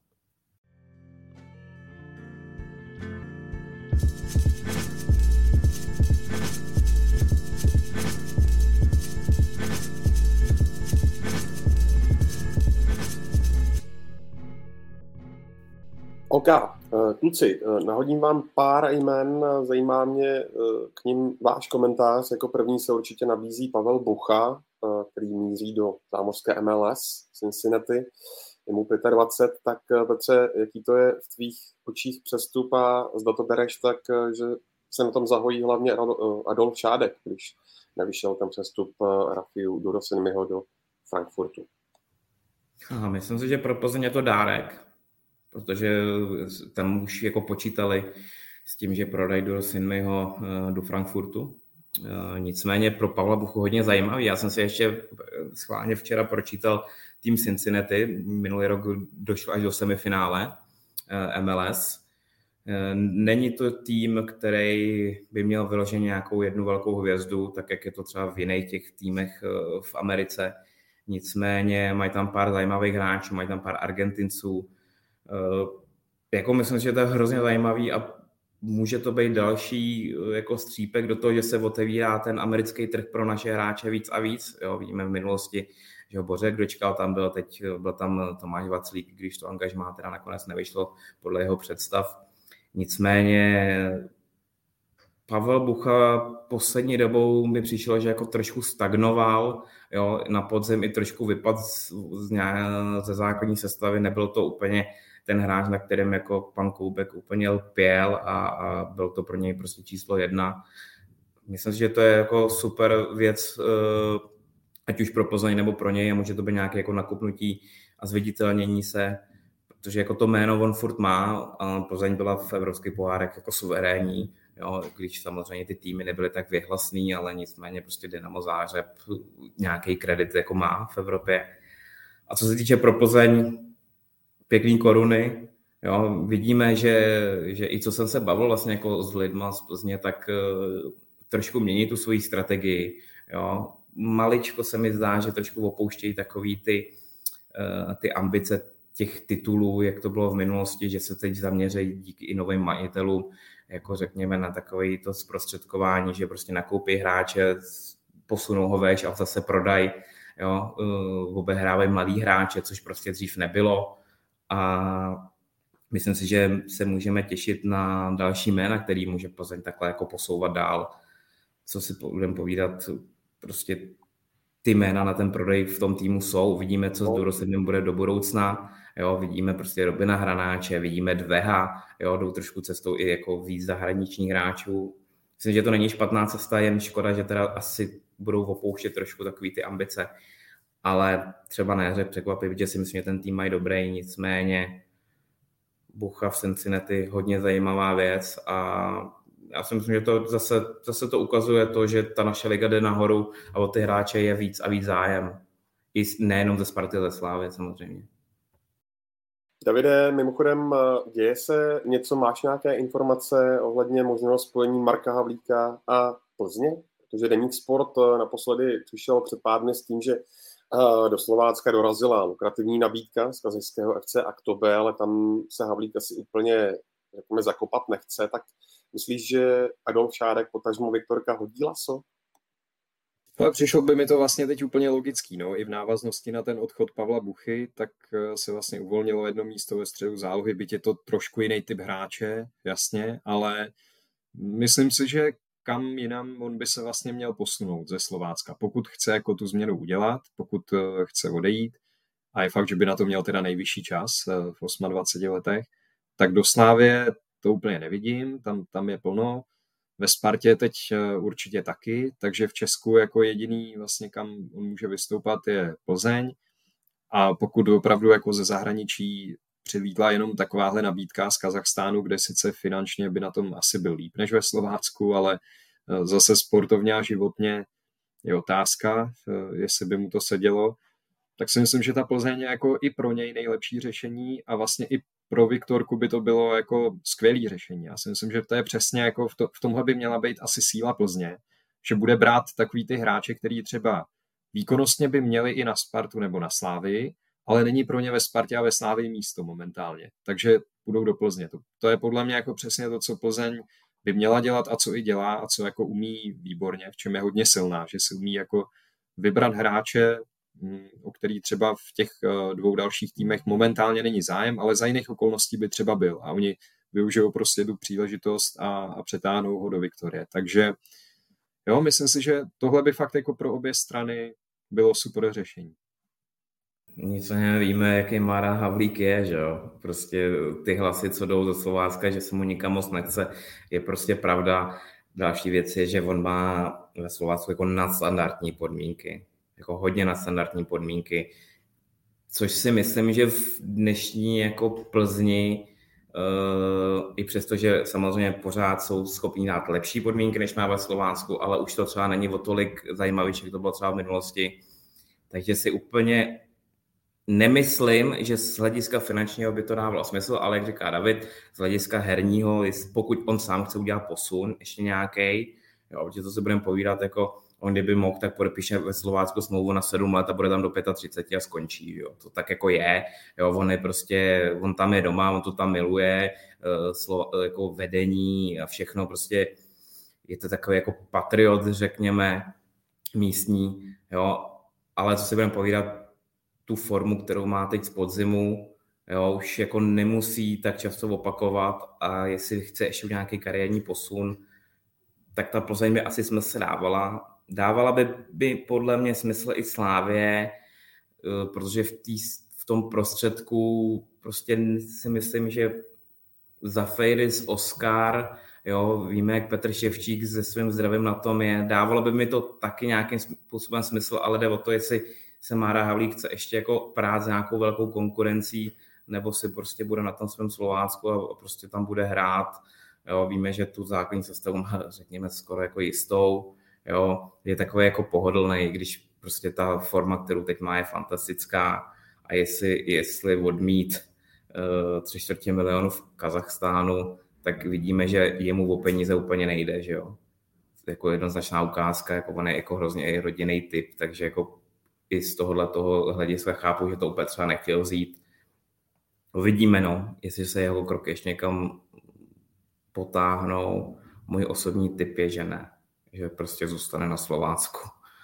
OK, kluci, nahodím vám pár jmen, zajímá mě k nim váš komentář. Jako první se určitě nabízí Pavel Bucha, který míří do zámořské M L S Cincinnati, je mu dvacet pět, tak Petře, jaký to je v tvých očích přestup a zda to bereš tak, že se na tom zahojí hlavně Adolf Šádek, když nevyšel ten přestup Rafiu Durosinmiho do Frankfurtu? Aha, myslím si, že pro Plzeň je to dárek, protože tam už jako počítali s tím, že prodají Durosinmiho do Frankfurtu. Nicméně pro Pavla Buchu hodně zajímavý. Já jsem si ještě schválně včera pročítal tým Cincinnati. Minulý rok došel až do semifinále M L S. Není to tým, který by měl vyloženě nějakou jednu velkou hvězdu, tak jak je to třeba v jiných těch týmech v Americe. Nicméně mají tam pár zajímavých hráčů, mají tam pár Argentinců. Jako myslím, že to je hrozně zajímavý a může to být další jako střípek do toho, že se otevírá ten americký trh pro naše hráče víc a víc. Jo, vidíme v minulosti, že ho Bořek dočkal, tam byl, teď byl tam Tomáš Vaclík, když to angažmá teda nakonec nevyšlo podle jeho představ. Nicméně Pavel Bucha poslední dobou mi přišlo, že jako trošku stagnoval, jo, na podzim i trošku vypad z, z nějaké, ze základní sestavy, nebyl to úplně ten hráč, na kterém jako pan Koubek úplně lpěl a, a byl to pro něj prostě číslo jedna. Myslím si, že to je jako super věc, ať už pro Plzeň nebo pro něj, a může to být nějaké jako nakupnutí a zviditelnění se, protože jako to jméno on furt má, a Plzeň byla v evropských pohárech jako suverénní, jo, když samozřejmě ty týmy nebyly tak vyhlasný, ale nicméně prostě Dynamo Zářeb nějaký kredit jako má v Evropě. A co se týče pro Plzeň, pěkný koruny, jo, vidíme, že, že i co jsem se bavil vlastně jako s lidma z Plzně, tak uh, trošku mění tu svoji strategii, jo. Maličko se mi zdá, že trošku opouštějí takový ty, uh, ty ambice těch titulů, jak to bylo v minulosti, že se teď zaměří díky i novým majitelům, jako řekněme na takové to zprostředkování, že prostě nakoupí hráče, posunou ho veš a zase prodají, jo, uh, obehrávají mladý hráče, což prostě dřív nebylo. A myslím si, že se můžeme těšit na další jména, který může Plzeň takhle jako posouvat dál. Co si budeme povídat, prostě ty jména na ten prodej v tom týmu jsou. Vidíme, co s Durosinmim bude do budoucna. Jo, vidíme prostě Robina Hranáče, vidíme Dveha, jo, jdou trošku cestou i jako víc zahraničních hráčů. Myslím, že to není špatná cesta, jen škoda, že teda asi budou opouštět trošku takový ty ambice. Ale třeba na jaře překvapivě, že si myslím, že ten tým mají dobrý, nicméně Bucha v Cincinnati hodně zajímavá věc a já si myslím, že to zase, zase to ukazuje to, že ta naše liga jde nahoru a o ty hráče je víc a víc zájem. I nejenom ze Sparty, ze Slávy samozřejmě. Davide, mimochodem, děje se něco, máš nějaké informace ohledně možného spojení Marka Havlíka a Plzně? Protože Deník Sport naposledy přišel před pár dny s tím, že do Slovácka dorazila lukrativní nabídka z kazašského F C Aktobe, ale tam se Havlík asi úplně, řekněme, zakopat nechce. Tak myslíš, že Adolf Šárek, potažmo Viktorka, hodí laso? Ale přišlo by mi to vlastně teď úplně logický, no, i v návaznosti na ten odchod Pavla Buchy, tak se vlastně uvolnilo jedno místo ve středu zálohy, byť je to trošku jiný typ hráče, jasně, ale myslím si, že kam jinam on by se vlastně měl posunout ze Slovácka, pokud chce jako tu změnu udělat, pokud chce odejít, a je fakt, že by na to měl teda nejvyšší čas v dvaceti osmi letech, tak do Slávie to úplně nevidím, tam, tam je plno. Ve Spartě teď určitě taky, takže v Česku jako jediný vlastně, kam on může vystoupat, je Plzeň. A pokud opravdu jako ze zahraničí přivítla jenom takováhle nabídka z Kazachstánu, kde sice finančně by na tom asi byl líp než ve Slovácku, ale zase sportovně a životně je otázka, jestli by mu to sedělo, tak si myslím, že ta Plzeň je jako i pro něj nejlepší řešení a vlastně i pro Viktorku by to bylo jako skvělý řešení. Já si myslím, že to je přesně jako v, to, v tomhle by měla být asi síla Plzně, že bude brát takový ty hráče, který třeba výkonnostně by měli i na Spartu nebo na Slávii, ale není pro ně ve Spartě a ve Slávii místo momentálně. Takže půjdou do Plzně. To, to je podle mě jako přesně to, co Plzeň by měla dělat a co i dělá a co jako umí výborně, v čem je hodně silná, že si umí jako vybrat hráče, o který třeba v těch dvou dalších týmech momentálně není zájem, ale za jiných okolností by třeba byl. A oni využijou prostě tu příležitost a, a přetáhnou ho do Viktorie. Takže jo, myslím si, že tohle by fakt jako pro obě strany bylo super řešení. Nic nevíme, jaký Mára Havlík je, že jo. Prostě ty hlasy, co jdou ze Slovácka, že se mu nikam moc nechce, je prostě pravda. Další věc je, že on má ve Slovácku jako nadstandardní podmínky. Jako hodně nadstandardní podmínky, což si myslím, že v dnešní jako Plzni, uh, i přesto, že samozřejmě pořád jsou schopní dát lepší podmínky, než má ve Slovácku, ale už to třeba není o tolik zajímavější, jak to bylo třeba v minulosti. Takže si úplně nemyslím, že z hlediska finančního by to dávalo smysl, ale jak říká David, z hlediska herního, pokud on sám chce udělat posun, ještě nějaký, jo, protože to se budeme povídat, jako on kdyby mohl, tak podepíše ve Slovácku smlouvu na sedm let a bude tam do třicet pět a skončí. Jo. To tak jako je. Jo. On je prostě, on tam je doma, on to tam miluje, slo, jako vedení a všechno. Prostě je to takový jako patriot, řekněme, místní. Jo. Ale co si budeme povídat, tu formu, kterou má teď z podzimu, jo, už jako nemusí tak často opakovat a jestli chce ještě nějaký kariérní posun, tak ta Plzeň by asi smysl dávala. Dávala by, by podle mě smysl i Slávě, protože v, tý, v tom prostředku prostě si myslím, že Zafeiris, Oskar, jo, víme, jak Petr Ševčík se svým zdravím na tom je. Dávalo by mi to taky nějakým způsobem smysl, ale jde o to, jestli se Mára Havlík chce ještě jako prát s nějakou velkou konkurencí, nebo si prostě bude na tom svém Slovácku a prostě tam bude hrát. Jo, víme, že tu základní sestavu má, řekněme, skoro jako jistou. Jo, je takový jako pohodlný, když prostě ta forma, kterou teď má, je fantastická a jestli, jestli odmít uh, tři čtvrtě milionu v Kazachstánu, tak vidíme, že jemu o peníze úplně nejde, že jo. Jako jednoznačná ukázka, jako on je jako hrozně i rodinný typ, takže jako i z tohohle toho hlediska chápu, že to úplně třeba nechtěl vzít. Uvidíme, no, jestli se jeho kroky ještě někam potáhnou. Můj osobní tip je, že ne. Že prostě zůstane na Slovácku.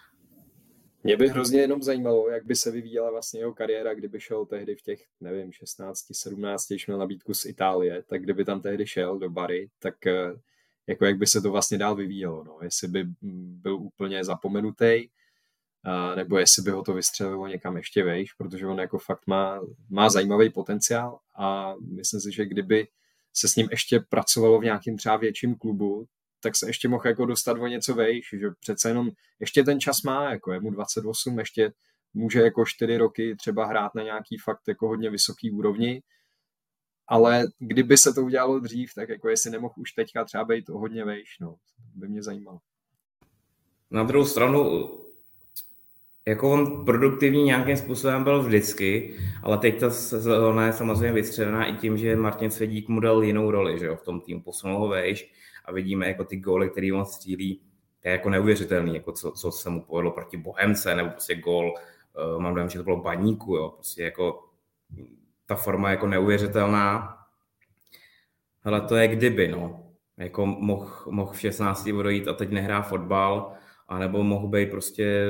Mě by hrozně jenom zajímalo, jak by se vyvíjela vlastně jeho kariéra, kdyby šel tehdy v těch, nevím, šestnáct, sedmnáct, když měl nabídku z Itálie, tak kdyby tam tehdy šel do Bari, tak jako jak by se to vlastně dál vyvíjelo, no? Jestli by byl úplně zapomenutý, nebo jestli by ho to vystřelilo někam ještě vejš, protože on jako fakt má, má zajímavý potenciál a myslím si, že kdyby se s ním ještě pracovalo v nějakým třeba větším klubu, tak se ještě mohl jako dostat o něco vejš, že přece jenom ještě ten čas má, jako je mu dvacet osm, ještě může jako čtyři roky třeba hrát na nějaký fakt jako hodně vysoký úrovni, ale kdyby se to udělalo dřív, tak jako jestli nemohl už teďka třeba být o hodně vejš, no, by mě zajímalo. Na druhou stranu Jako on produktivní nějakým způsobem byl vždycky, ale teď ta sezóna je samozřejmě vystřelená i tím, že Martin Svědík mu dal jinou roli, že jo, v tom týmu, posunul ho vejš a vidíme jako ty góly, který on střílí, to je jako neuvěřitelný, jako co, co se mu povedlo proti Bohemce, nebo prostě gól, uh, mám dojem, že to bylo Baníku, jo, prostě jako ta forma je jako neuvěřitelná. Hele, to je kdyby, no. Jako mohl moh v šestnácti odejít a teď nehrá fotbal, anebo mohl být prostě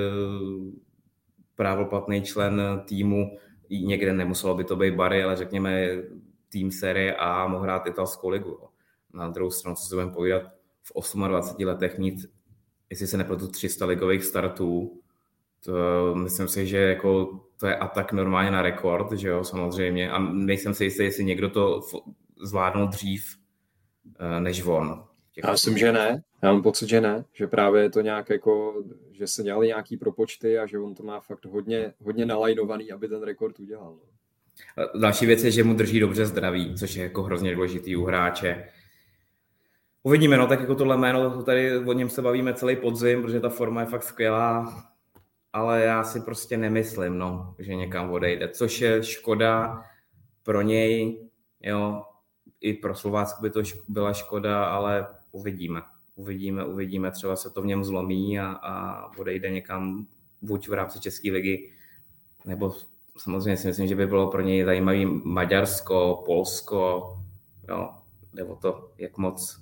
právoplatný člen týmu, někde nemuselo by to být Bari, ale řekněme tým série A, mohl hrát italskou ligu. Na druhou stranu, co se budeme povídat, v dvaceti osmi letech mít, jestli se nepletu, tři sta ligových startů, to myslím si, že jako to je atak normálně na rekord, že jo, samozřejmě, a nejsem si jistý, jestli někdo to zvládnul dřív než on. Já myslím, že ne. Já mám pocit, že ne. Že právě je to nějak jako, že se dělali nějaký propočty a že on to má fakt hodně, hodně nalajnovaný, aby ten rekord udělal. Další věc je, že mu drží dobře zdraví, což je jako hrozně důležitý u hráče. Uvidíme, no tak jako tohle jméno, tady o něm se bavíme celý podzim, protože ta forma je fakt skvělá, ale já si prostě nemyslím, no, že někam odejde, což je škoda pro něj, jo, i pro Slovácko by to byla škoda, ale uvidíme. Uvidíme, uvidíme, třeba se to v něm zlomí a, a odejde někam buď v rámci České ligy, nebo samozřejmě si myslím, že by bylo pro něj zajímavý Maďarsko, Polsko, jo, jde o to, jak moc,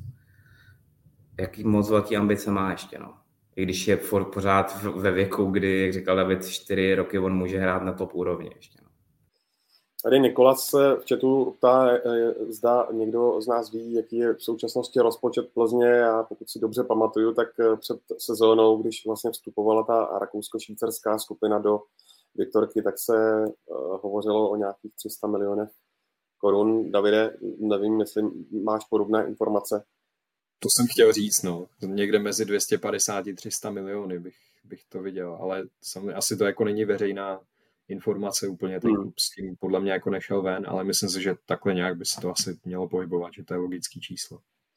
jaký moc velký ambice má ještě, no. I když je pořád ve věku, kdy, jak říkal David, čtyři roky on může hrát na top úrovni ještě, no. Tady Nikolas se v chatu ptá, zda někdo z nás ví, jaký je v současnosti rozpočet Plzně, a pokud si dobře pamatuju, tak před sezónou, když vlastně vstupovala ta rakousko-švýcarská skupina do Viktorky, tak se uh, hovořilo o nějakých tři sta milionech korun. Davide, nevím, jestli máš podobné informace. To jsem chtěl říct, no. Někde mezi dvě stě padesát a tři sta miliony bych, bych to viděl, ale samozřejmě asi to jako není veřejná informace úplně, ten klub s tím podle mě jako nešel ven, ale myslím si, že takhle nějak by se to asi mělo pohybovat, že to je logický číslo.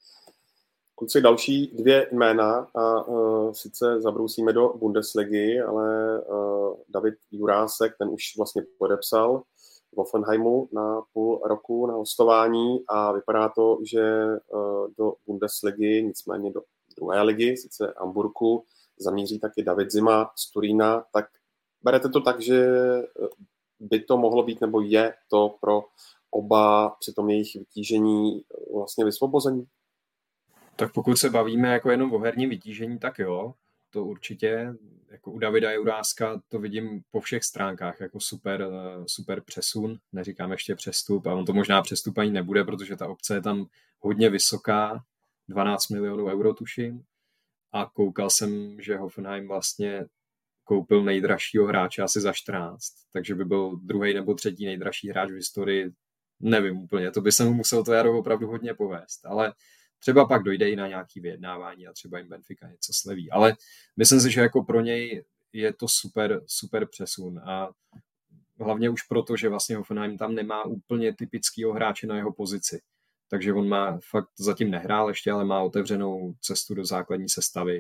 Kluci, další dvě jména a uh, sice zabrousíme do Bundesligy, ale uh, David Jurásek, ten už vlastně podepsal v Hoffenheimu na půl roku na hostování a vypadá to, že uh, do Bundesligy, nicméně do druhé ligy, sice Hamburku, zamíří taky David Zima z Turína. Tak berete to tak, že by to mohlo být, nebo je to pro oba při tom jejich vytížení vlastně vysvobození? Tak pokud se bavíme jako jenom o herním vytížení, tak jo, to určitě. Jako u Davida Juráska to vidím po všech stránkách jako super, super přesun, neříkám ještě přestup, a on to možná přestup ani nebude, protože ta opce je tam hodně vysoká, dvanáct milionů euro tuším, a koukal jsem, že Hoffenheim vlastně koupil nejdražšího hráče asi za čtrnáct, takže by byl druhý nebo třetí nejdražší hráč v historii, nevím úplně, to by se mu musel to jaro opravdu hodně povést, ale třeba pak dojde i na nějaké vyjednávání a třeba jim Benfica něco sleví, ale myslím si, že jako pro něj je to super, super přesun a hlavně už proto, že vlastně Hoffenheim tam nemá úplně typického hráče na jeho pozici, takže on má fakt, zatím nehrál ještě, ale má otevřenou cestu do základní sestavy.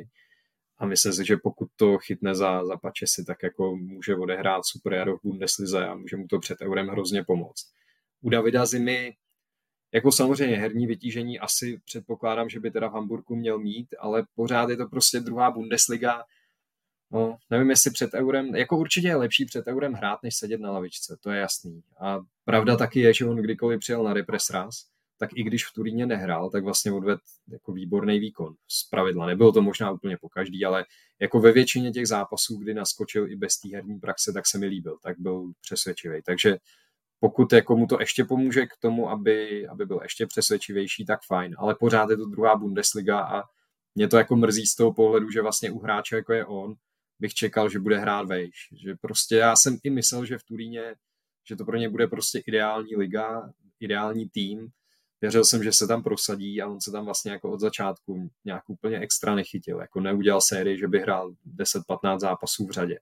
A myslím si, že pokud to chytne za, za Pačesi, tak jako může odehrát super jaro v Bundeslize a může mu to před eurem hrozně pomoct. U Davida Zimy, jako samozřejmě herní vytížení asi předpokládám, že by teda v Hamburku měl mít, ale pořád je to prostě druhá Bundesliga. No, nevím, jestli před eurem, jako určitě je lepší před eurem hrát, než sedět na lavičce, to je jasný. A pravda taky je, že on kdykoliv přijel na Represras, tak i když v Turíně nehrál, tak vlastně odvedl jako výborný výkon z pravidla. Nebylo to možná úplně po každý, ale jako ve většině těch zápasů, kdy naskočil i bez té herní praxe, tak se mi líbil, tak byl přesvědčivý. Takže pokud jako mu to ještě pomůže k tomu, aby, aby byl ještě přesvědčivější, tak fajn. Ale pořád je to druhá Bundesliga a mě to jako mrzí z toho pohledu, že vlastně u hráče jako je on, bych čekal, že bude hrát vejš. Že prostě já jsem i myslel, že v Turíně, že to pro ně bude prostě ideální liga, ideální tým. Věřil jsem, že se tam prosadí a on se tam vlastně jako od začátku nějak úplně extra nechytil. Jako neudělal sérii, že by hrál deset patnáct zápasů v řadě.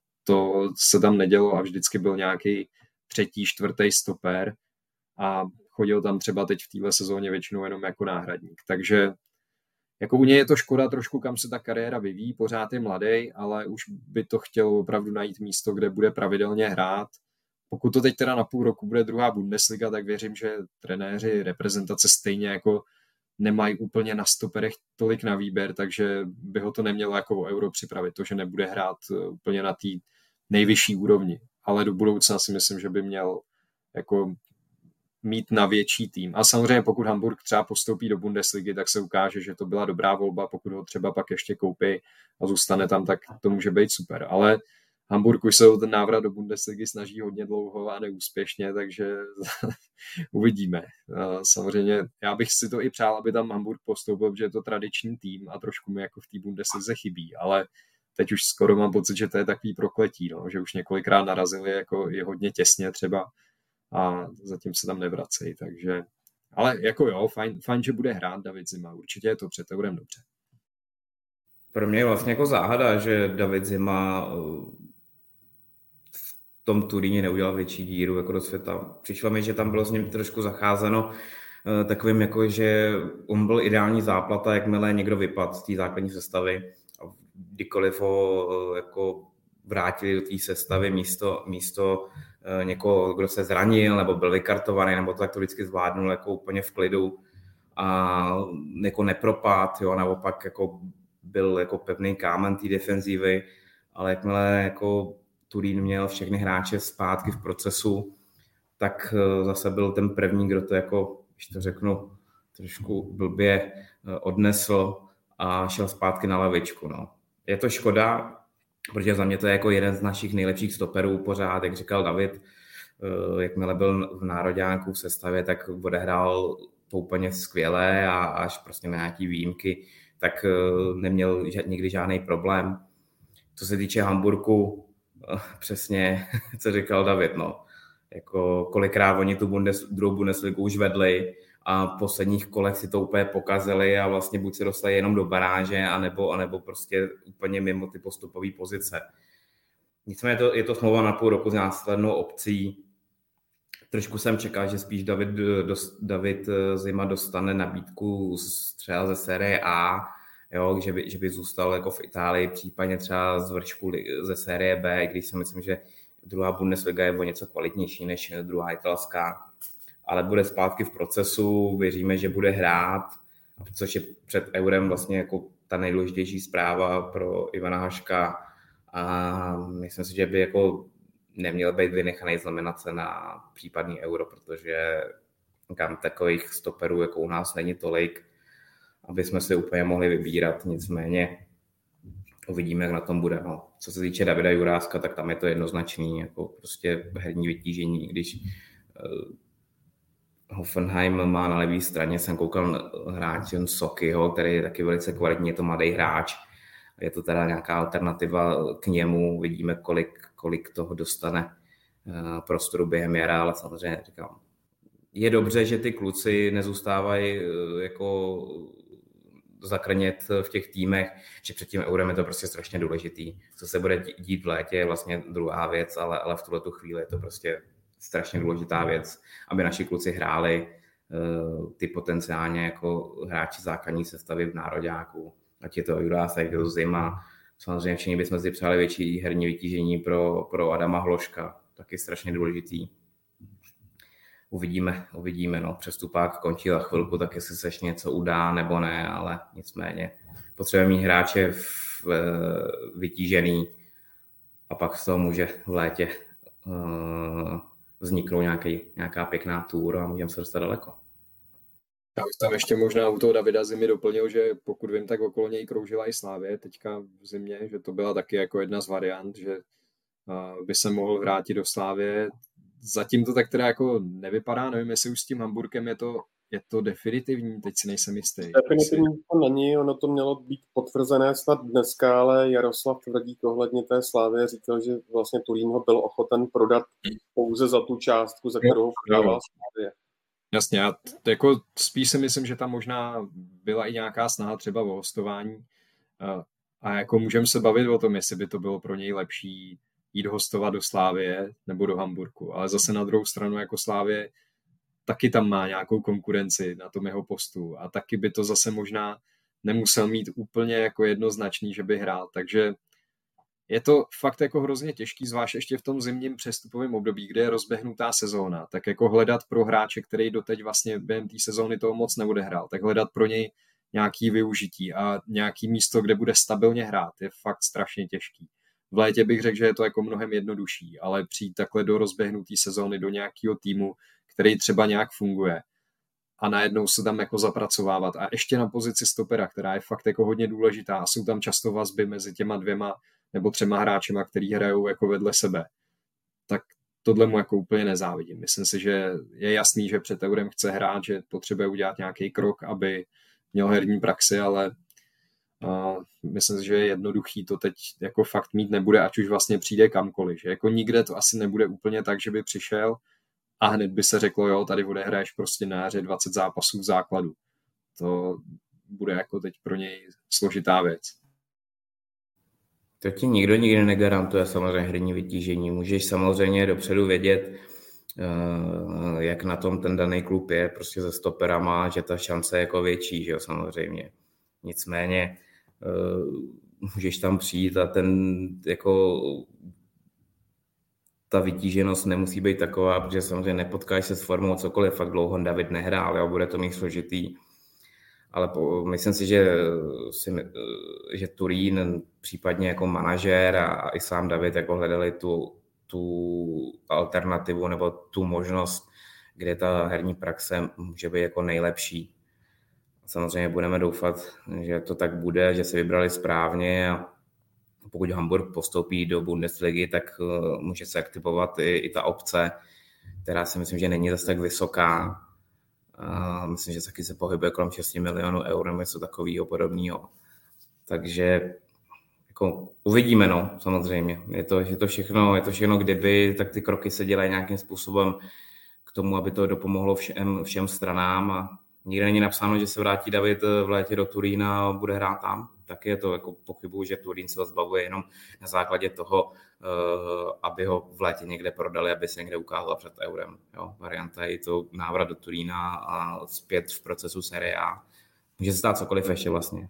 To se tam nedělo a vždycky byl nějaký třetí, čtvrtý stoper a chodil tam třeba teď v téhle sezóně většinou jenom jako náhradník. Takže jako u něj je to škoda trošku, kam se ta kariéra vyvíjí, pořád je mladý, ale už by to chtěl opravdu najít místo, kde bude pravidelně hrát. Pokud to teď teda na půl roku bude druhá Bundesliga, tak věřím, že trenéři reprezentace stejně jako nemají úplně na stoperech tolik na výběr, takže by ho to nemělo jako o Euro připravit, to, že nebude hrát úplně na té nejvyšší úrovni. Ale do budoucna si myslím, že by měl jako mít na větší tým. A samozřejmě pokud Hamburg třeba postoupí do Bundesligy, tak se ukáže, že to byla dobrá volba, pokud ho třeba pak ještě koupí a zůstane tam, tak to může být super. Ale Hamburg už se o ten návrat do Bundesligy snaží hodně dlouho a neúspěšně, takže uvidíme. Samozřejmě já bych si to i přál, aby tam Hamburg postoupil, protože je to tradiční tým a trošku mi jako v té Bundeslize chybí, ale teď už skoro mám pocit, že to je takový prokletí, no, že už několikrát narazili jako i hodně těsně třeba a zatím se tam nevracejí, takže ale jako jo, fajn, fajn, že bude hrát David Zima, určitě je to před Eurem dobře. Pro mě je vlastně jako záhada, že David Zima v tom Turíně neudělal větší díru jako do světa. Přišlo mi, že tam bylo s ním trošku zacházeno takovým jako, že on byl ideální záplata, jakmile někdo vypadl z té základní sestavy a kdykoliv ho jako vrátili do té sestavy místo, místo někoho, kdo se zranil nebo byl vykartovaný, nebo to tak to vždycky zvládnul jako úplně v klidu a jako nepropad, jo, naopak jako byl jako pevný kámen té defenzívy, ale jakmile jako Turín měl všechny hráče zpátky v procesu, tak zase byl ten první, kdo to jako, když to řeknu, trošku blbě odnesl a šel zpátky na lavičku. No. Je to škoda, protože za mě to je jako jeden z našich nejlepších stoperů pořád, jak říkal David, jakmile byl v nároďáku v sestavě, tak odehrál to úplně skvěle a až prostě na nějaký výjimky, tak neměl nikdy žádný problém. Co se týče Hamburku, přesně, co říkal David, no. Jako kolikrát oni tu Bundes, druhou Bundesligu už vedli a v posledních kolech si to úplně pokazili a vlastně buď se dostali jenom do baráže, anebo, anebo prostě úplně mimo ty postupové pozice. Nicméně to, je to smlouva na půl roku s následnou opcí. Trošku jsem čekal, že spíš David, David Zima dostane nabídku z, třeba ze série A, jo, že, by, že by zůstal jako v Itálii, případně třeba z vršku ze série B, když si myslím, že druhá Bundesliga je o něco kvalitnější než druhá italská, ale bude zpátky v procesu, věříme, že bude hrát, což je před Eurem vlastně jako ta nejdůležitější zpráva pro Ivana Haška a myslím si, že by jako neměl být vynechaný z nominace na případný Euro, protože kam takových stoperů jako u nás není tolik, aby jsme si úplně mohli vybírat, nicméně uvidíme, jak na tom bude. No. Co se týče Davida Juráska, tak tam je to jednoznačný, jako prostě herní vytížení, když uh, Hoffenheim má na levé straně, jsem koukal hráč Jon Sokyho, který je taky velice kvalitní, je to mladý hráč, je to teda nějaká alternativa k němu, vidíme, kolik, kolik toho dostane uh, prostoru během jara, ale samozřejmě říkám, je dobře, že ty kluci nezůstávají uh, jako zakrnět v těch týmech, že před tím Eurem je to prostě strašně důležitý. Co se bude dít v létě je vlastně druhá věc, ale, ale v tuhletu chvíli je to prostě strašně důležitá věc, aby naši kluci hráli uh, ty potenciálně jako hráči základní sestavy v nároďáku. Ať je to Jurásek, ať je to Zima. Samozřejmě všichni bychom si přáli větší herní vytížení pro, pro Adama Hloška. Taky strašně důležitý. Uvidíme, uvidíme, no. Přestupák končí za chvilku, tak jestli se ještě něco udá nebo ne, ale nicméně potřebujeme mít hráče v, vytížený a pak z toho může v létě uh, vzniknout nějaký, nějaká pěkná tour a můžeme se dostat daleko. Já bych tam ještě možná u toho Davida Zimy doplnil, že pokud vím, tak okolo něj kroužila i Slavie teďka v zimě, že to byla taky jako jedna z variant, že uh, by se mohl vrátit do Slavie. Zatím to tak teda jako nevypadá, nevím, jestli už s tím Hamburkem je to, je to definitivní, teď si nejsem jistý. Definitivní to není, ono to mělo být potvrzené snad dneska, ale Jaroslav Tvrdík ohledně té Slávy říkal, že vlastně Turín ho byl ochoten prodat pouze za tu částku, za kterou ho prodával Slávě. Jasně, já t- jako spíš si myslím, že tam možná byla i nějaká snaha třeba o hostování a, a jako můžeme se bavit o tom, jestli by to bylo pro něj lepší jít hostovat do Slávie nebo do Hamburku, ale zase na druhou stranu jako Slávie taky tam má nějakou konkurenci na tom jeho postu a taky by to zase možná nemusel mít úplně jako jednoznačný, že by hrál, takže je to fakt jako hrozně těžký, zvlášť ještě v tom zimním přestupovém období, kde je rozběhnutá sezóna, tak jako hledat pro hráče, který doteď vlastně během té sezóny toho moc neodehrál, tak hledat pro něj nějaký využití a nějaký místo, kde bude stabilně hrát, je fakt strašně těžký. V létě bych řekl, že je to jako mnohem jednodušší, ale přijít takhle do rozběhnutý sezóny do nějakého týmu, který třeba nějak funguje a najednou se tam jako zapracovávat a ještě na pozici stopera, která je fakt jako hodně důležitá a jsou tam často vazby mezi těma dvěma nebo třema hráčema, který hrajou jako vedle sebe, tak tohle mu jako úplně nezávidím. Myslím si, že je jasný, že před Eurem chce hrát, že potřebuje udělat nějaký krok, aby měl herní praxi, ale uh, myslím si, že je jednoduchý to teď jako fakt mít nebude, ať už vlastně přijde kamkoliv. Že jako nikde to asi nebude úplně tak, že by přišel a hned by se řeklo, jo, tady odehraješ prostě na jaře dvacet zápasů v základu. To bude jako teď pro něj složitá věc. To ti nikdo nikdy negarantuje samozřejmě herní vytížení. Můžeš samozřejmě dopředu vědět, jak na tom ten daný klub je, prostě se stoperama, že ta šance je jako větší, že jo, samozřejmě. Nicméně můžeš tam přijít a ten jako ta vytíženost nemusí být taková, protože samozřejmě nepotkáš se s formou cokoliv, fakt dlouho David nehrál, jo, bude to mít složitý. Ale po, myslím si, že, si, že Turín, případně jako manažér a, a i sám David jako hledali tu, tu alternativu nebo tu možnost, kde ta herní praxe může být jako nejlepší. Samozřejmě budeme doufat, že to tak bude, že se vybrali správně a pokud Hamburg postoupí do Bundesligy, tak může se aktivovat i, i ta opce, která si myslím, že není zase tak vysoká. A myslím, že taky se pohybuje kolem šest milionů eur nebo něco takového podobného. Takže jako uvidíme, no, samozřejmě. Je to, je to všechno, je to všechno kdyby, tak ty kroky se dělají nějakým způsobem k tomu, aby to dopomohlo všem, všem stranám a nikde není napsáno, že se vrátí David v létě do Turína a bude hrát tam. Tak je to jako pochybuju, že Turín se ho zbavuje jenom na základě toho, aby ho v létě někde prodali, aby se někde ukázal před Eurem. Jo, varianta je to návrat do Turína a zpět v procesu Serie A. Může se stát cokoliv ještě vlastně.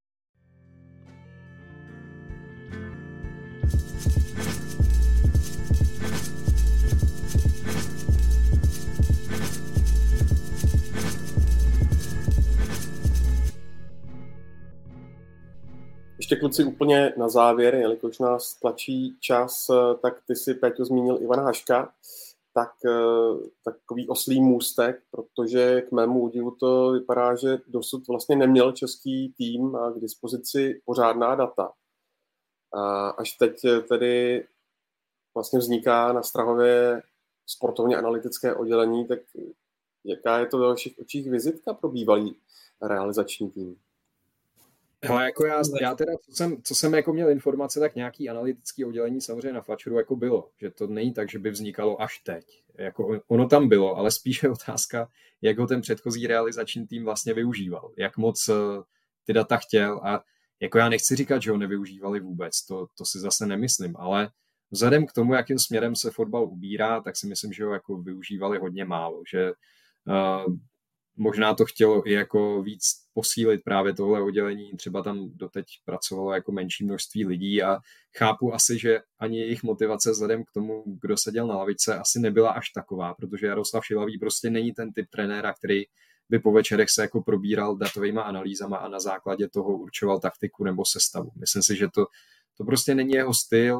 Ještě kluci úplně na závěr, jelikož nás tlačí čas, tak ty si, Péťo, zmínil Ivana Haška, tak takový oslý můstek, protože k mému údivu to vypadá, že dosud vlastně neměl český tým k dispozici pořádná data. A až teď tedy vlastně vzniká na Strahově sportovně analytické oddělení, tak jaká je to ve vašich očích vizitka pro bývalý realizační tým? Hele, jako já, já teda, co jsem, co jsem jako měl informace, tak nějaký analytický oddělení samozřejmě na Fatscheru jako bylo, že to není tak, že by vznikalo až teď. Jako ono tam bylo, ale spíš je otázka, jak ho ten předchozí realizační tým vlastně využíval, jak moc ty data chtěl a jako já nechci říkat, že ho nevyužívali vůbec, to, to si zase nemyslím, ale vzhledem k tomu, jakým směrem se fotbal ubírá, tak si myslím, že ho jako využívali hodně málo, že uh, možná to chtělo i jako víc posílit právě tohle oddělení, třeba tam doteď pracovalo jako menší množství lidí a chápu asi, že ani jejich motivace vzhledem k tomu, kdo seděl na lavice, asi nebyla až taková, protože Jaroslav Šilavý prostě není ten typ trenéra, který by po večerech se jako probíral datovýma analýzama a na základě toho určoval taktiku nebo sestavu. Myslím si, že to, to prostě není jeho styl.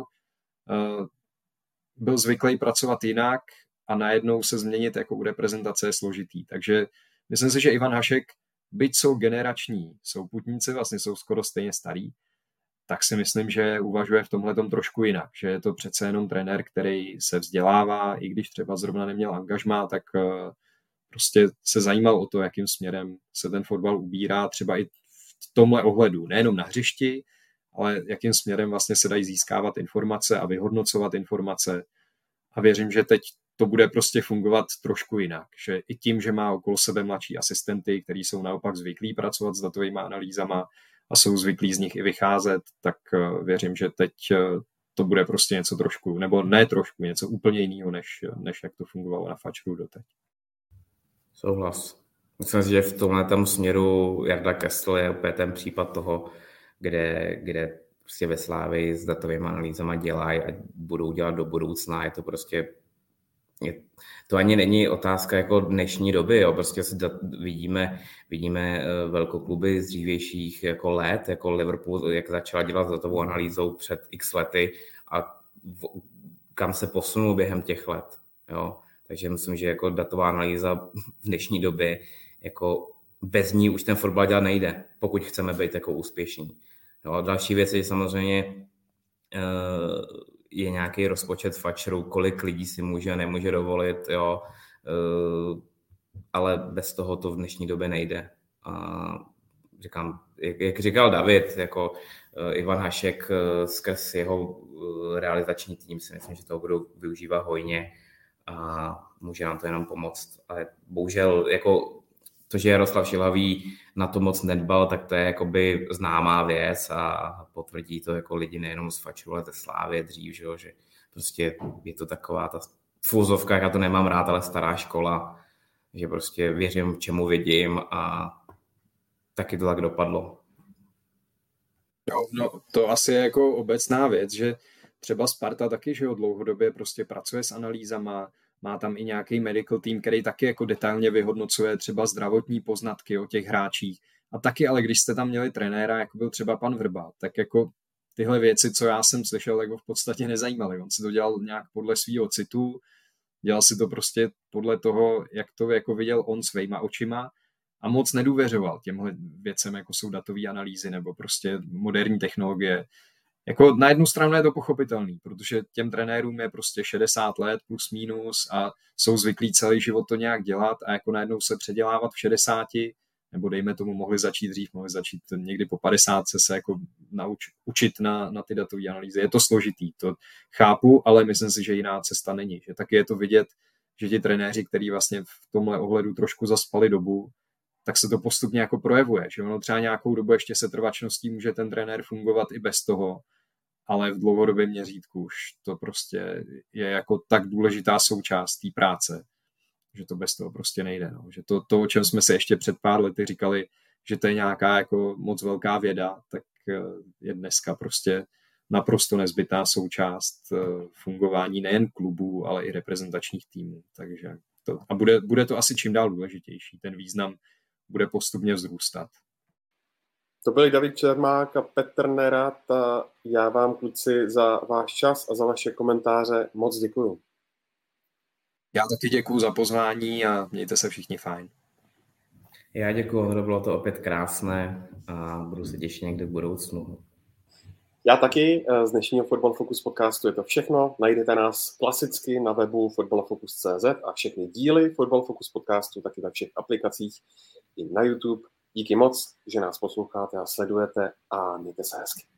Byl zvyklý pracovat jinak a najednou se změnit jako u reprezentace je složitý. Takže myslím si, že Ivan Hašek, byť jsou generační souputníci, vlastně jsou skoro stejně starý, tak si myslím, že uvažuje v tomhletom trošku jinak, že je to přece jenom trenér, který se vzdělává, i když třeba zrovna neměl angažmá, tak prostě se zajímal o to, jakým směrem se ten fotbal ubírá, třeba i v tomhle ohledu, nejenom na hřišti, ale jakým směrem vlastně se dají získávat informace a vyhodnocovat informace. A věřím, že teď to bude prostě fungovat trošku jinak, že i tím, že má okolo sebe mladší asistenty, kteří jsou naopak zvyklí pracovat s datovými analýzama a jsou zvyklí z nich i vycházet, tak věřím, že teď to bude prostě něco trošku, nebo ne trošku, něco úplně jiného, než, než jak to fungovalo na Fatscheru doteď. Souhlas. Myslím si, že v tomhle směru Jarda Kessel je opět ten případ toho, kde, kde prostě ve Slávii s datovými analýzama dělají a budou dělat do budoucna. Je to prostě, je, to ani není otázka jako dnešní doby, jo. Prostě si dat, vidíme, vidíme velkokluby z dřívějších jako let, jako Liverpool, jak začala dělat s datovou analýzou před x lety a v, kam se posunul během těch let, jo. Takže myslím, že jako datová analýza v dnešní době, jako bez ní už ten fotbal dělat nejde, pokud chceme být jako úspěšní. Jo, další věc je samozřejmě je nějaký rozpočet fačerů, kolik lidí si může a nemůže dovolit, jo, ale bez toho to v dnešní době nejde. A říkám, jak, jak říkal David, jako Ivan Hašek skrz jeho realizační tým si myslím, že toho budou využívat hojně a může nám to jenom pomoct. Ale bohužel jako to, že Jaroslav Šilhavý na to moc nedbal, tak to je jakoby známá věc a potvrdí to jako lidi nejenom z Faču, ale ze Slávie dřív, že, že prostě je to taková ta v úzovkách, já to nemám rád, ale stará škola, že prostě věřím, čemu vidím a taky to tak dopadlo. Jo, no, to asi je jako obecná věc, že třeba Sparta taky, že jo, dlouhodobě prostě pracuje s analýzama, má tam i nějaký medical team, který taky jako detailně vyhodnocuje třeba zdravotní poznatky o těch hráčích. A taky, ale když jste tam měli trenéra, jako byl třeba pan Vrba, tak jako tyhle věci, co já jsem slyšel, jako v podstatě nezajímaly. On si to dělal nějak podle svýho citu, dělal si to prostě podle toho, jak to jako viděl on svýma očima a moc nedůvěřoval těmhle věcem, jako jsou datové analýzy nebo prostě moderní technologie. Jako na jednu stranu je to pochopitelný, protože těm trenérům je prostě šedesát let plus minus a jsou zvyklí celý život to nějak dělat a jako najednou se předělávat v šedesáti, nebo dejme tomu mohli začít dřív, mohli začít někdy po padesátce se jako nauč, učit na, na ty datové analýzy. Je to složitý, to chápu, ale myslím si, že jiná cesta není. Že taky je to vidět, že ti trenéři, kteří vlastně v tomhle ohledu trošku zaspali dobu, tak se to postupně jako projevuje, že ono třeba nějakou dobu ještě se trvačností může ten trenér fungovat i bez toho, ale v dlouhodobém měřítku už to prostě je jako tak důležitá součást té práce, že to bez toho prostě nejde. No. Že to, to, o čem jsme se ještě před pár lety říkali, že to je nějaká jako moc velká věda, tak je dneska prostě naprosto nezbytná součást fungování nejen klubů, ale i reprezentačních týmů. Takže to, a bude, bude to asi čím dál důležitější. Ten význam bude postupně vzrůstat. To byli David Čermák a Petr Nerad a já vám, kluci, za váš čas a za vaše komentáře moc děkuju. Já taky děkuju za pozvání a mějte se všichni fajn. Já děkuju, bylo to opět krásné a budu se těšit někdy v budoucnu. Já taky, z dnešního Football Focus podcastu je to všechno. Najdete nás klasicky na webu fotbalfocus tečka cé zet a všechny díly Football Focus podcastu taky ve všech aplikacích i na YouTube. Díky moc, že nás posloucháte a sledujete a mějte se hezky.